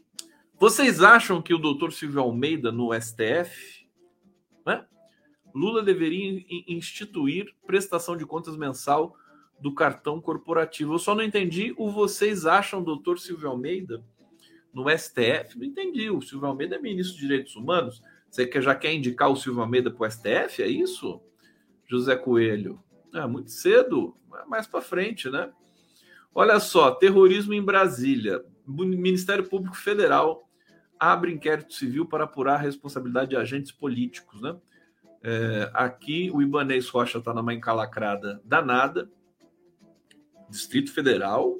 vocês acham que o doutor Silvio Almeida no STF, né? Lula deveria instituir prestação de contas mensal do cartão corporativo? Eu só não entendi o vocês acham, doutor Silvio Almeida no STF. Não entendi. O Silvio Almeida é ministro de Direitos Humanos. Você já quer indicar o Silvio Almeida para o STF? É isso, José Coelho? Muito cedo, mais para frente, né? Olha só, terrorismo em Brasília. O Ministério Público Federal abre inquérito civil para apurar a responsabilidade de agentes políticos, né? Aqui o Ibanez Rocha está numa encalacrada danada. Distrito Federal.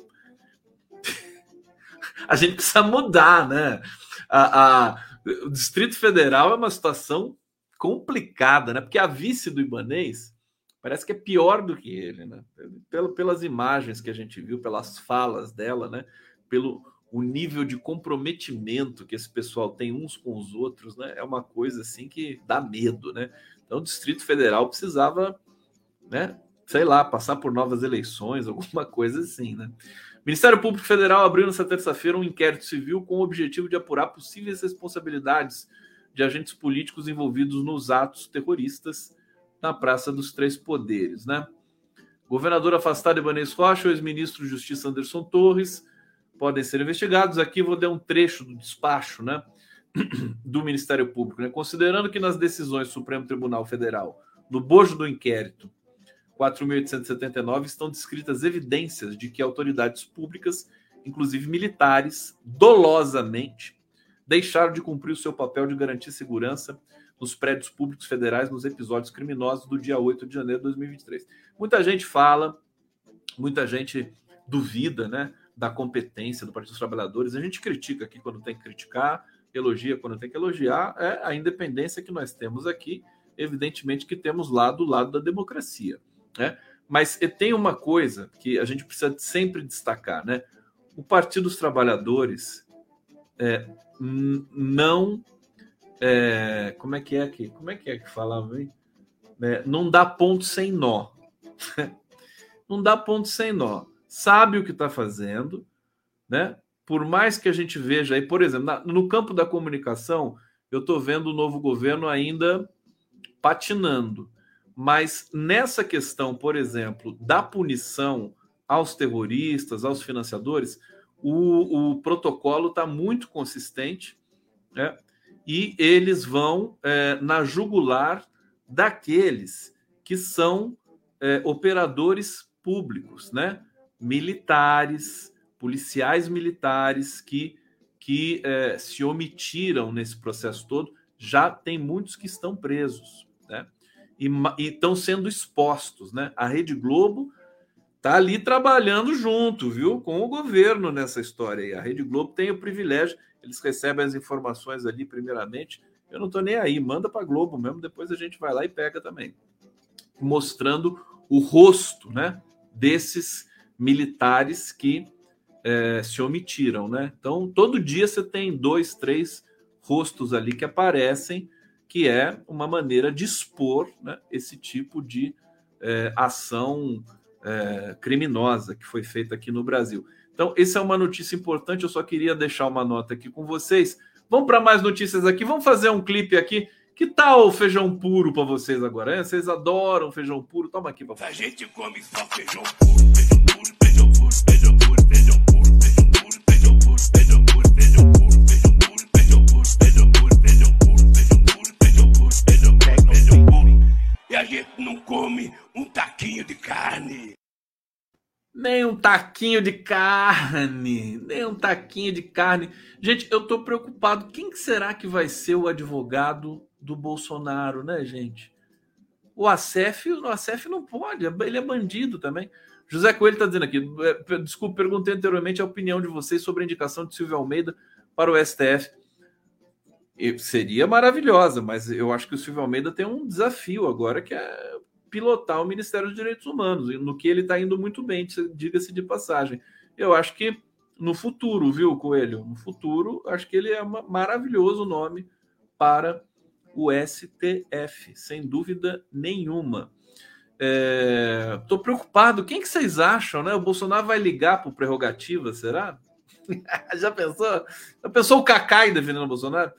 A gente precisa mudar, né? O Distrito Federal é uma situação complicada, né? Porque a vice do Ibanez parece que é pior do que ele, né? Pelas imagens que a gente viu, pelas falas dela, né? Pelo o nível de comprometimento que esse pessoal tem uns com os outros, né? É uma coisa assim que dá medo, né? Então o Distrito Federal precisava, né? Sei lá, passar por novas eleições, alguma coisa assim, né? O Ministério Público Federal abriu nesta terça-feira um inquérito civil com o objetivo de apurar possíveis responsabilidades de agentes políticos envolvidos nos atos terroristas na Praça dos Três Poderes, né? Governador afastado Ibanez Rocha, o ex-ministro de Justiça Anderson Torres podem ser investigados. Aqui vou dar um trecho do despacho, né, do Ministério Público, né? Considerando que nas decisões do Supremo Tribunal Federal, no bojo do inquérito, 4.879, estão descritas evidências de que autoridades públicas, inclusive militares, dolosamente deixaram de cumprir o seu papel de garantir segurança nos prédios públicos federais nos episódios criminosos do dia 8 de janeiro de 2023. Muita gente fala, muita gente duvida, né, da competência do Partido dos Trabalhadores. A gente critica aqui quando tem que criticar, elogia quando tem que elogiar. É a independência que nós temos aqui, evidentemente que temos lá do lado da democracia, né? Mas tem uma coisa que a gente precisa sempre destacar, né? O Partido dos Trabalhadores não... como é que falava, hein? Não dá ponto sem nó. Não dá ponto sem nó. Sabe o que está fazendo, né? Por mais que a gente veja aí, por exemplo, no campo da comunicação, eu estou vendo o novo governo ainda patinando. Mas nessa questão, por exemplo, da punição aos terroristas, aos financiadores, o protocolo está muito consistente, né? E eles vão na jugular daqueles que são operadores públicos, né? Militares, policiais militares que se omitiram nesse processo todo. Já tem muitos que estão presos, né? E estão sendo expostos, né? A Rede Globo está ali trabalhando junto, viu, com o governo nessa história aí. A Rede Globo tem o privilégio, eles recebem as informações ali primeiramente. Eu não estou nem aí, manda para a Globo mesmo, depois a gente vai lá e pega também, mostrando o rosto, né, desses militares que se omitiram, né? Então, todo dia você tem 2, 3 rostos ali que aparecem, que é uma maneira de expor, né, esse tipo de ação criminosa que foi feita aqui no Brasil. Então, essa é uma notícia importante, eu só queria deixar uma nota aqui com vocês. Vamos para mais notícias aqui, vamos fazer um clipe aqui. Que tal o feijão puro para vocês agora? Vocês adoram feijão puro? Toma aqui para vocês. A gente come só feijão puro, feijão puro, feijão puro, feijão puro, feijão puro, feijão puro, feijão puro, feijão puro, feijão puro, feijão puro, feijão puro, feijão puro, feijão puro, feijão puro, feijão puro, feijão puro, feijão puro. E a gente não come um taquinho de carne. Nem um taquinho de carne, nem um taquinho de carne. Gente, eu tô preocupado. Quem será que vai ser o advogado do Bolsonaro, né, gente? O Assef não pode, ele é bandido também. José Coelho está dizendo aqui, desculpa, perguntei anteriormente a opinião de vocês sobre a indicação de Silvio Almeida para o STF. Seria maravilhosa, mas eu acho que o Silvio Almeida tem um desafio agora, que é pilotar o Ministério dos Direitos Humanos, no que ele está indo muito bem, diga-se de passagem. Eu acho que no futuro, viu, Coelho? No futuro, acho que ele é um maravilhoso nome para o STF, sem dúvida nenhuma. Estou preocupado. Quem que vocês acham, né? O Bolsonaro vai ligar para o Prerrogativa, será? Já pensou? Já pensou o Cacai defendendo o Bolsonaro?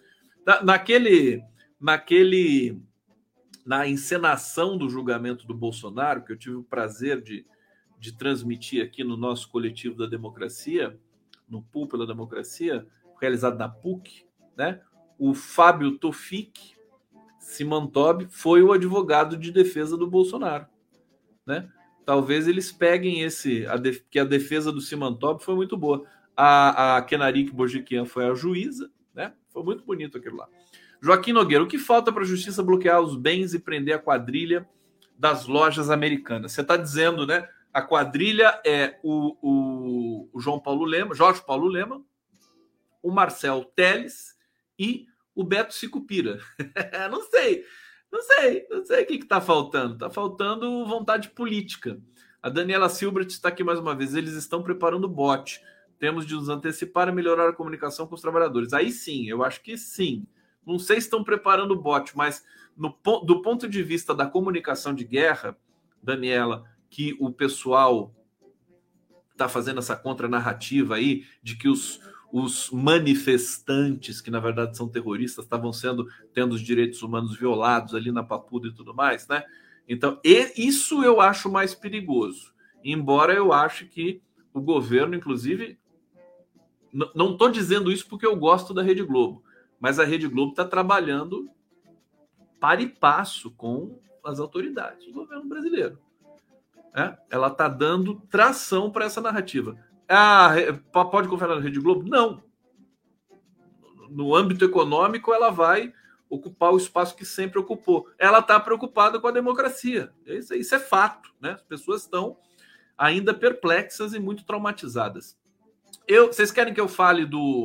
Na encenação do julgamento do Bolsonaro, que eu tive o prazer de transmitir aqui no nosso coletivo da democracia, no Pool pela Democracia, realizado na PUC, né? O Fábio Tofik Simantob foi o advogado de defesa do Bolsonaro, né? Talvez eles peguem que a defesa do Simantob foi muito boa. A Kenarik Bojiquian foi a juíza, né? Foi muito bonito aquilo lá. Joaquim Nogueira, o que falta para a justiça bloquear os bens e prender a quadrilha das lojas americanas? Você está dizendo, né? A quadrilha é o Jorge Paulo Lema, o Marcel Teles e o Beto Sicupira. Não sei o que está faltando. Está faltando vontade política. A Daniela Silbert está aqui mais uma vez. Eles estão preparando o bot. Temos de nos antecipar e melhorar a comunicação com os trabalhadores. Aí sim, eu acho que sim. Não sei se estão preparando o bot, mas do ponto de vista da comunicação de guerra, Daniela, que o pessoal está fazendo essa contranarrativa aí de que os manifestantes, que na verdade são terroristas, estavam tendo os direitos humanos violados ali na Papuda e tudo mais, né? Então, isso eu acho mais perigoso. Embora eu ache que o governo, inclusive, não estou dizendo isso porque eu gosto da Rede Globo, mas a Rede Globo está trabalhando para e passo com as autoridades do governo brasileiro. Ela está dando tração para essa narrativa. Pode confiar na Rede Globo? Não. No âmbito econômico, ela vai ocupar o espaço que sempre ocupou. Ela está preocupada com a democracia. Isso é fato, né? As pessoas estão ainda perplexas e muito traumatizadas. Vocês querem que eu fale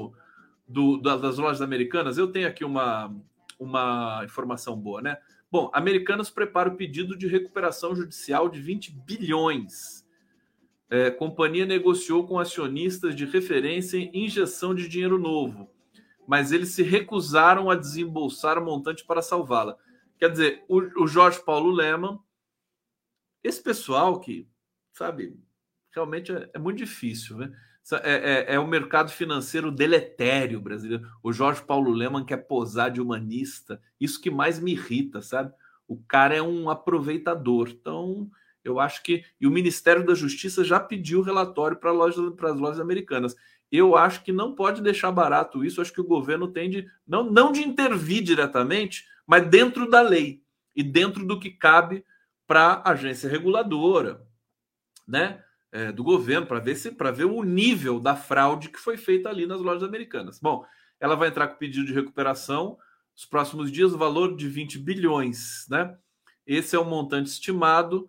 das lojas americanas? Eu tenho aqui uma informação boa, né? Bom, Americanas prepara o pedido de recuperação judicial de 20 bilhões. Companhia negociou com acionistas de referência em injeção de dinheiro novo, mas eles se recusaram a desembolsar o montante para salvá-la. Quer dizer, o Jorge Paulo Lemann, esse pessoal que, sabe, realmente é muito difícil, né? É o mercado financeiro deletério brasileiro. O Jorge Paulo Lemann quer posar de humanista. Isso que mais me irrita, sabe? O cara é um aproveitador. Então, eu acho que... E o Ministério da Justiça já pediu relatório para as lojas americanas. Eu acho que não pode deixar barato isso. Acho que o governo tem de... Não de intervir diretamente, mas dentro da lei. E dentro do que cabe para a agência reguladora, né? Do governo, para ver o nível da fraude que foi feita ali nas lojas americanas. Bom, ela vai entrar com pedido de recuperação nos próximos dias, o valor de 20 bilhões, né? Esse é o montante estimado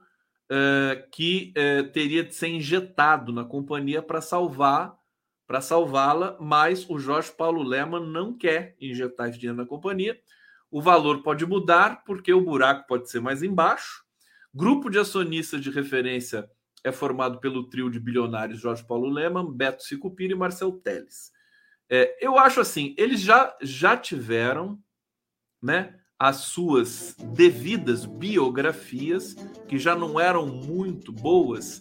que teria de ser injetado na companhia para salvá-la, mas o Jorge Paulo Lemann não quer injetar esse dinheiro na companhia. O valor pode mudar, porque o buraco pode ser mais embaixo. Grupo de acionistas de referência é formado pelo trio de bilionários Jorge Paulo Lemann, Beto Sicupira e Marcel Telles. Eu acho assim, eles já tiveram, né, as suas devidas biografias, que já não eram muito boas,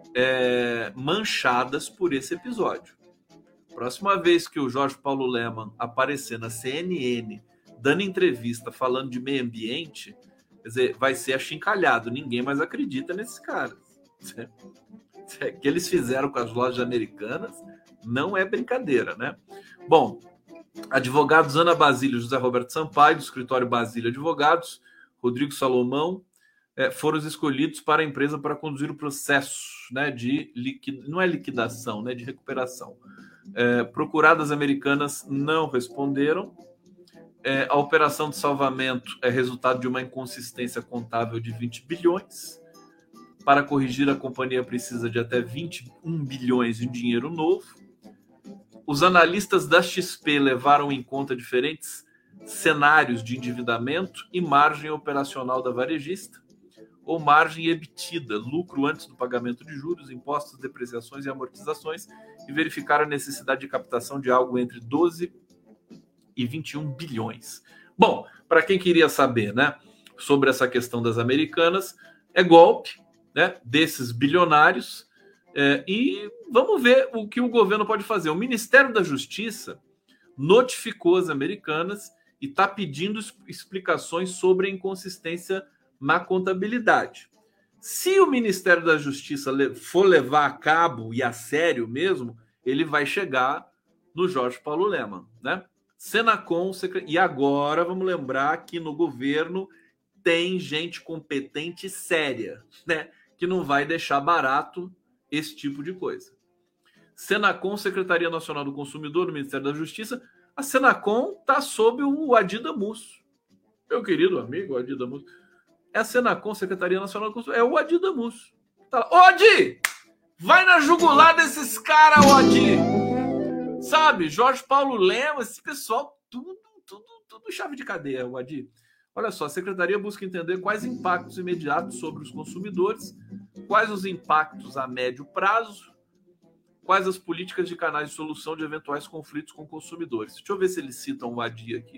manchadas por esse episódio. Próxima vez que o Jorge Paulo Lemann aparecer na CNN, dando entrevista, falando de meio ambiente, quer dizer, vai ser achincalhado. Ninguém mais acredita nesses caras. O que eles fizeram com as lojas americanas não é brincadeira, né? Bom, advogados Ana Basílio e José Roberto Sampaio, do escritório Basílio Advogados, Rodrigo Salomão, foram os escolhidos para a empresa para conduzir o processo, né, não é liquidação, né, de recuperação. Procuradas americanas não responderam. A operação de salvamento é resultado de uma inconsistência contábil de 20 bilhões. Para corrigir, a companhia precisa de até 21 bilhões em dinheiro novo. Os analistas da XP levaram em conta diferentes cenários de endividamento e margem operacional da varejista, ou margem EBITDA, lucro antes do pagamento de juros, impostos, depreciações e amortizações, e verificaram a necessidade de captação de algo entre 12 e 21 bilhões. Bom, para quem queria saber, né, sobre essa questão das americanas, é golpe, né, desses bilionários, e vamos ver o que o governo pode fazer. O Ministério da Justiça notificou as americanas e está pedindo explicações sobre a inconsistência na contabilidade. Se o Ministério da Justiça for levar a cabo e a sério mesmo, ele vai chegar no Jorge Paulo Lemann, né? Senacom, e agora vamos lembrar que no governo tem gente competente e séria, né, que não vai deixar barato esse tipo de coisa. Senacom, Secretaria Nacional do Consumidor, do Ministério da Justiça. A Senacom está sob o Adi Damus. Meu querido amigo, o Adi Damus. É a Senacom, Secretaria Nacional do Consumidor. É o Adi Damus. Tá lá. Ô, Adi! Vai na jugular desses caras, ô, Adi! Sabe, Jorge Paulo Lemann, esse pessoal, tudo chave de cadeia, o Adi. Olha só, a Secretaria busca entender quais impactos imediatos sobre os consumidores, quais os impactos a médio prazo, quais as políticas de canais de solução de eventuais conflitos com consumidores. Deixa eu ver se eles citam o Adi aqui.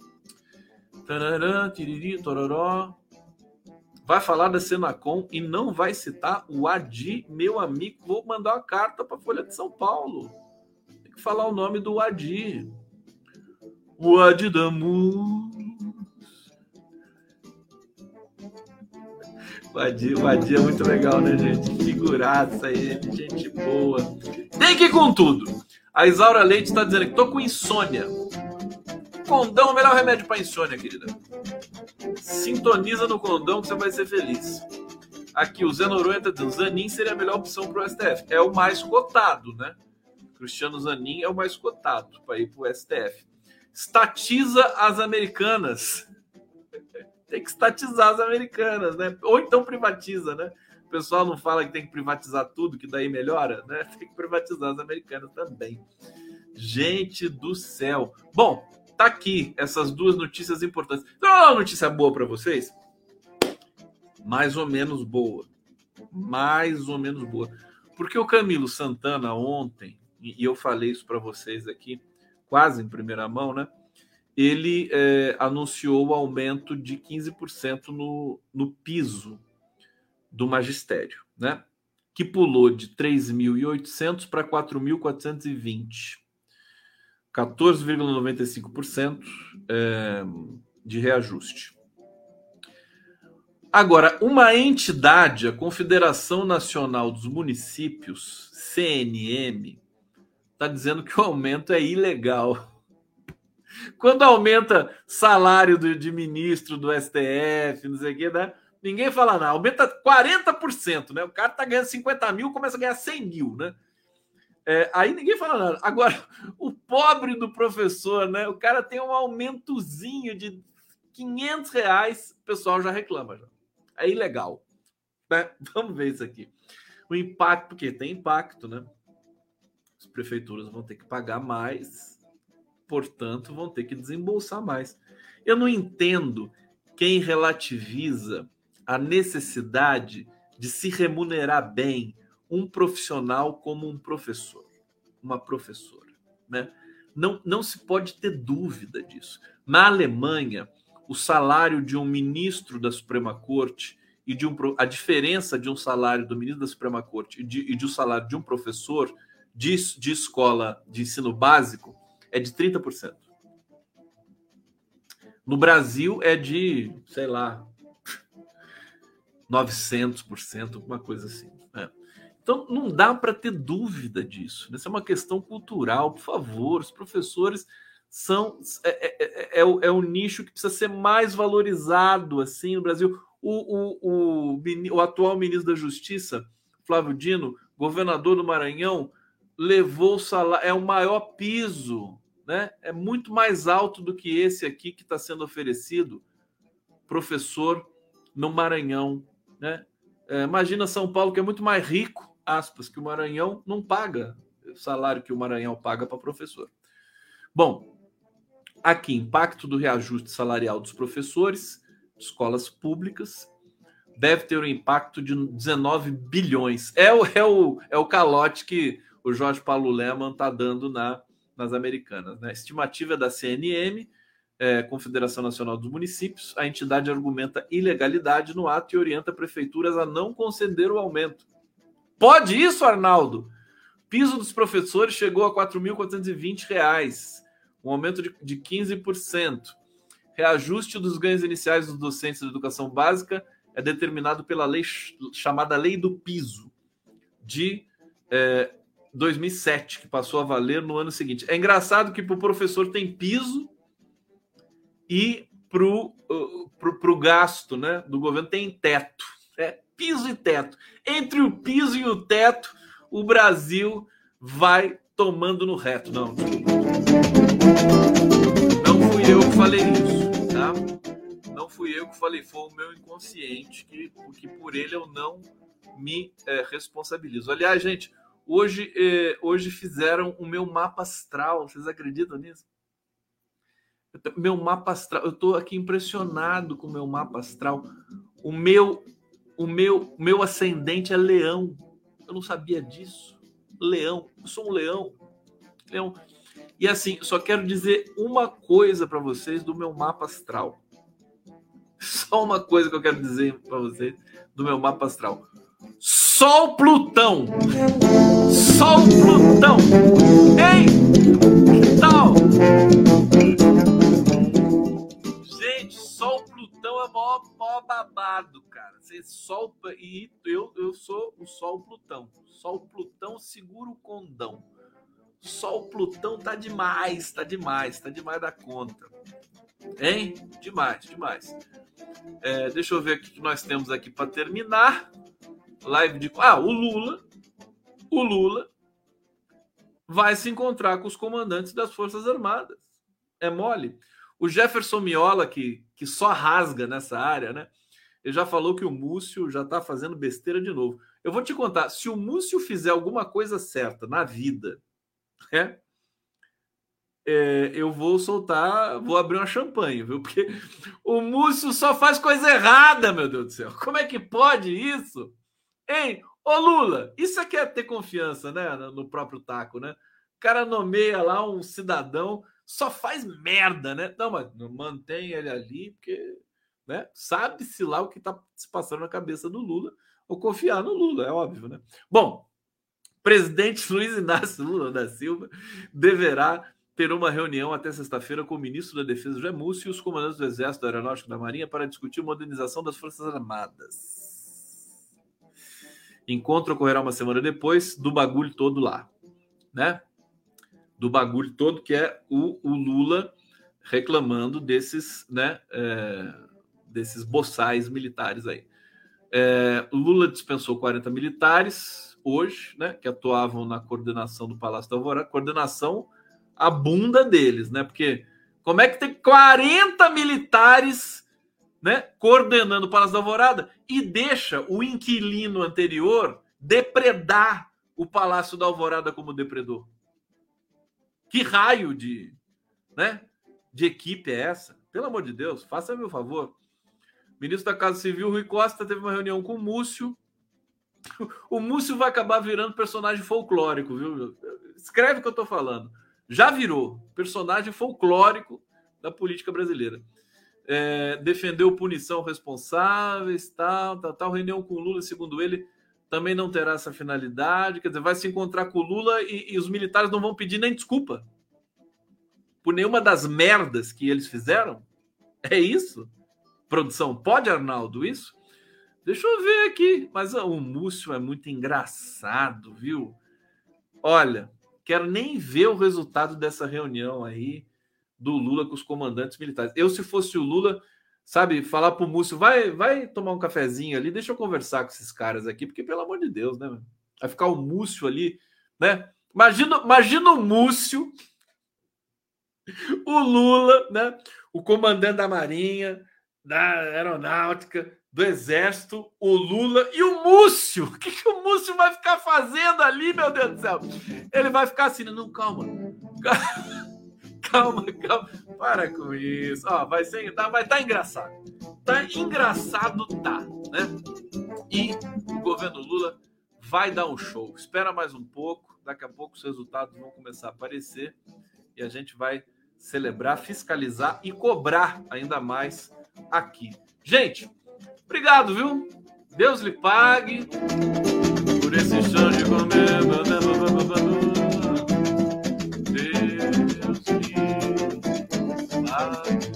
Tarará, tiriri, tororó. Vai falar da Senacom e não vai citar o Adi, meu amigo. Vou mandar uma carta para a Folha de São Paulo. Tem que falar o nome do Adi. O Adi Damus. O Adi é muito legal, né, gente? Figuraça aí, gente boa. Tem que ir com tudo. A Isaura Leite está dizendo que tô com insônia. Condão é o melhor remédio para insônia, querida. Sintoniza no Condão que você vai ser feliz. Aqui, o Zé Noronha está dizendo, Zanin seria a melhor opção para o STF. É o mais cotado, né? Cristiano Zanin é o mais cotado para ir para o STF. Estatiza as americanas. Tem que estatizar as americanas, né? Ou então privatiza, né? O pessoal não fala que tem que privatizar tudo, que daí melhora, né? Tem que privatizar as americanas também. Gente do céu. Bom, tá aqui essas duas notícias importantes. Então, uma notícia boa para vocês? Mais ou menos boa. Mais ou menos boa. Porque o Camilo Santana ontem, e eu falei isso para vocês aqui, quase em primeira mão, né? Ele anunciou o aumento de 15% no piso do magistério, né? Que pulou de 3.800 para 4.420. 14,95% de reajuste. Agora, uma entidade, a Confederação Nacional dos Municípios, CNM, está dizendo que o aumento é ilegal. Quando aumenta salário de ministro do STF, não sei o quê, né? Ninguém fala nada. Aumenta 40%, né? O cara tá ganhando 50 mil, começa a ganhar 100 mil, né? Aí ninguém fala nada. Agora, o pobre do professor, né? O cara tem um aumentozinho de R$500, o pessoal já reclama. Já. É ilegal. Né? Vamos ver isso aqui. O impacto, porque tem impacto, né? As prefeituras vão ter que pagar mais, portanto, vão ter que desembolsar mais. Eu não entendo quem relativiza a necessidade de se remunerar bem um profissional como um professor, uma professora, né? Não se pode ter dúvida disso. Na Alemanha, o salário de um ministro da Suprema Corte e a diferença de um salário do ministro da Suprema Corte e de um salário de um professor de escola de ensino básico é de 30%. No Brasil é de, sei lá, 900%, alguma coisa assim. Né? Então, não dá para ter dúvida disso. Essa é uma questão cultural. Por favor, os professores são o nicho que precisa ser mais valorizado assim no Brasil. O atual ministro da Justiça, Flávio Dino, governador do Maranhão, levou o salário, é o maior piso, né? É muito mais alto do que esse aqui que está sendo oferecido, professor no Maranhão, né? Imagina São Paulo, que é muito mais rico, aspas, que o Maranhão, não paga o salário que o Maranhão paga para professor. Bom, aqui, impacto do reajuste salarial dos professores, de escolas públicas, deve ter um impacto de 19 bilhões. É o calote que o Jorge Paulo Lemann está dando nas americanas. Né? A estimativa é da CNM, Confederação Nacional dos Municípios. A entidade argumenta ilegalidade no ato e orienta prefeituras a não conceder o aumento. Pode isso, Arnaldo? Piso dos professores chegou a R$ 4.420, um aumento de 15%. Reajuste dos ganhos iniciais dos docentes da educação básica é determinado pela lei chamada Lei do Piso, de 2007, que passou a valer no ano seguinte. É engraçado que para o professor tem piso e para o gasto, né, do governo tem teto. Piso e teto. Entre o piso e o teto, o Brasil vai tomando no reto. Não fui eu que falei isso, tá? Não fui eu que falei, foi o meu inconsciente, que por ele eu não me responsabilizo. Aliás, gente, hoje fizeram o meu mapa astral. Vocês acreditam nisso? Meu mapa astral. Eu estou aqui impressionado com o meu mapa astral. O meu ascendente é leão. Eu não sabia disso. Leão. Eu sou um leão. E assim, só quero dizer uma coisa para vocês do meu mapa astral. Só uma coisa que eu quero dizer para vocês do meu mapa astral. Sol Plutão. Sol Plutão. Ei! Que tal? Gente, Sol Plutão é o maior babado, cara. E eu sou o Sol Plutão. Sol Plutão segura o condão. Sol Plutão tá demais da conta. Hein? Demais. Deixa eu ver o que nós temos aqui para terminar. live de... o Lula vai se encontrar com os comandantes das Forças Armadas. É mole. O Jefferson Miola, que só rasga nessa área, né? Ele já falou que o Múcio já está fazendo besteira de novo. Eu vou te contar, se o Múcio fizer alguma coisa certa na vida, eu vou abrir uma champanhe, viu? Porque o Múcio só faz coisa errada, meu Deus do céu. Como é que pode isso? Hein? Ô Lula, isso aqui é ter confiança, né? No próprio taco, né? O cara nomeia lá um cidadão, só faz merda, né? Não, mas mantém ele ali, porque, né? Sabe-se lá o que está se passando na cabeça do Lula, ou confiar no Lula, é óbvio, né? Bom, presidente Luiz Inácio Lula da Silva deverá ter uma reunião até sexta-feira com o ministro da Defesa, José Múcio, e os comandantes do Exército, da Aeronáutica e da Marinha para discutir a modernização das Forças Armadas. Encontro ocorrerá uma semana depois do bagulho todo lá, né? Do bagulho todo que é o Lula reclamando desses, né? Desses boçais militares aí. Lula dispensou 40 militares hoje, né? Que atuavam na coordenação do Palácio da Alvorada, coordenação a bunda deles, né? Porque como é que tem 40 militares, né, coordenando o Palácio da Alvorada e deixa o inquilino anterior depredar o Palácio da Alvorada como depredou? Que raio de equipe é essa? Pelo amor de Deus, faça meu favor. O ministro da Casa Civil, Rui Costa, teve uma reunião com o Múcio. O Múcio vai acabar virando personagem folclórico, viu? Escreve o que eu tô falando. Já virou personagem folclórico da política brasileira. Defendeu punição responsáveis, tal. Reunião com o Lula, segundo ele, também não terá essa finalidade. Quer dizer, vai se encontrar com o Lula e os militares não vão pedir nem desculpa por nenhuma das merdas que eles fizeram. É isso? Produção, pode, Arnaldo, isso? Deixa eu ver aqui. Mas o Múcio é muito engraçado, viu? Olha... Quero nem ver o resultado dessa reunião aí do Lula com os comandantes militares. Eu, se fosse o Lula, sabe, falar pro Múcio, vai tomar um cafezinho ali, deixa eu conversar com esses caras aqui, porque, pelo amor de Deus, né? Vai ficar o Múcio ali, né? Imagina o Múcio, o Lula, né? O comandante da Marinha, da Aeronáutica, do Exército, o Lula e o Múcio. O que o Múcio vai ficar fazendo ali, meu Deus do céu? Ele vai ficar assim, não, calma. Calma. Para com isso. Vai estar engraçado. Tá engraçado, né? E o governo Lula vai dar um show. Espera mais um pouco. Daqui a pouco os resultados vão começar a aparecer e a gente vai celebrar, fiscalizar e cobrar ainda mais aqui. Gente, obrigado, viu? Deus lhe pague por esse chão de comer. Deus lhe pague.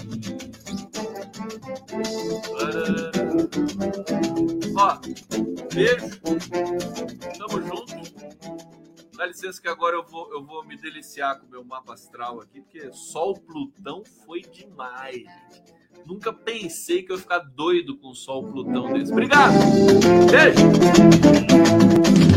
Beijo. Tamo junto. Dá licença que agora eu vou me deliciar com o meu mapa astral aqui, porque Sol Plutão foi demais, gente. Nunca pensei que eu ia ficar doido com o Sol Plutão desse. Obrigado! Beijo!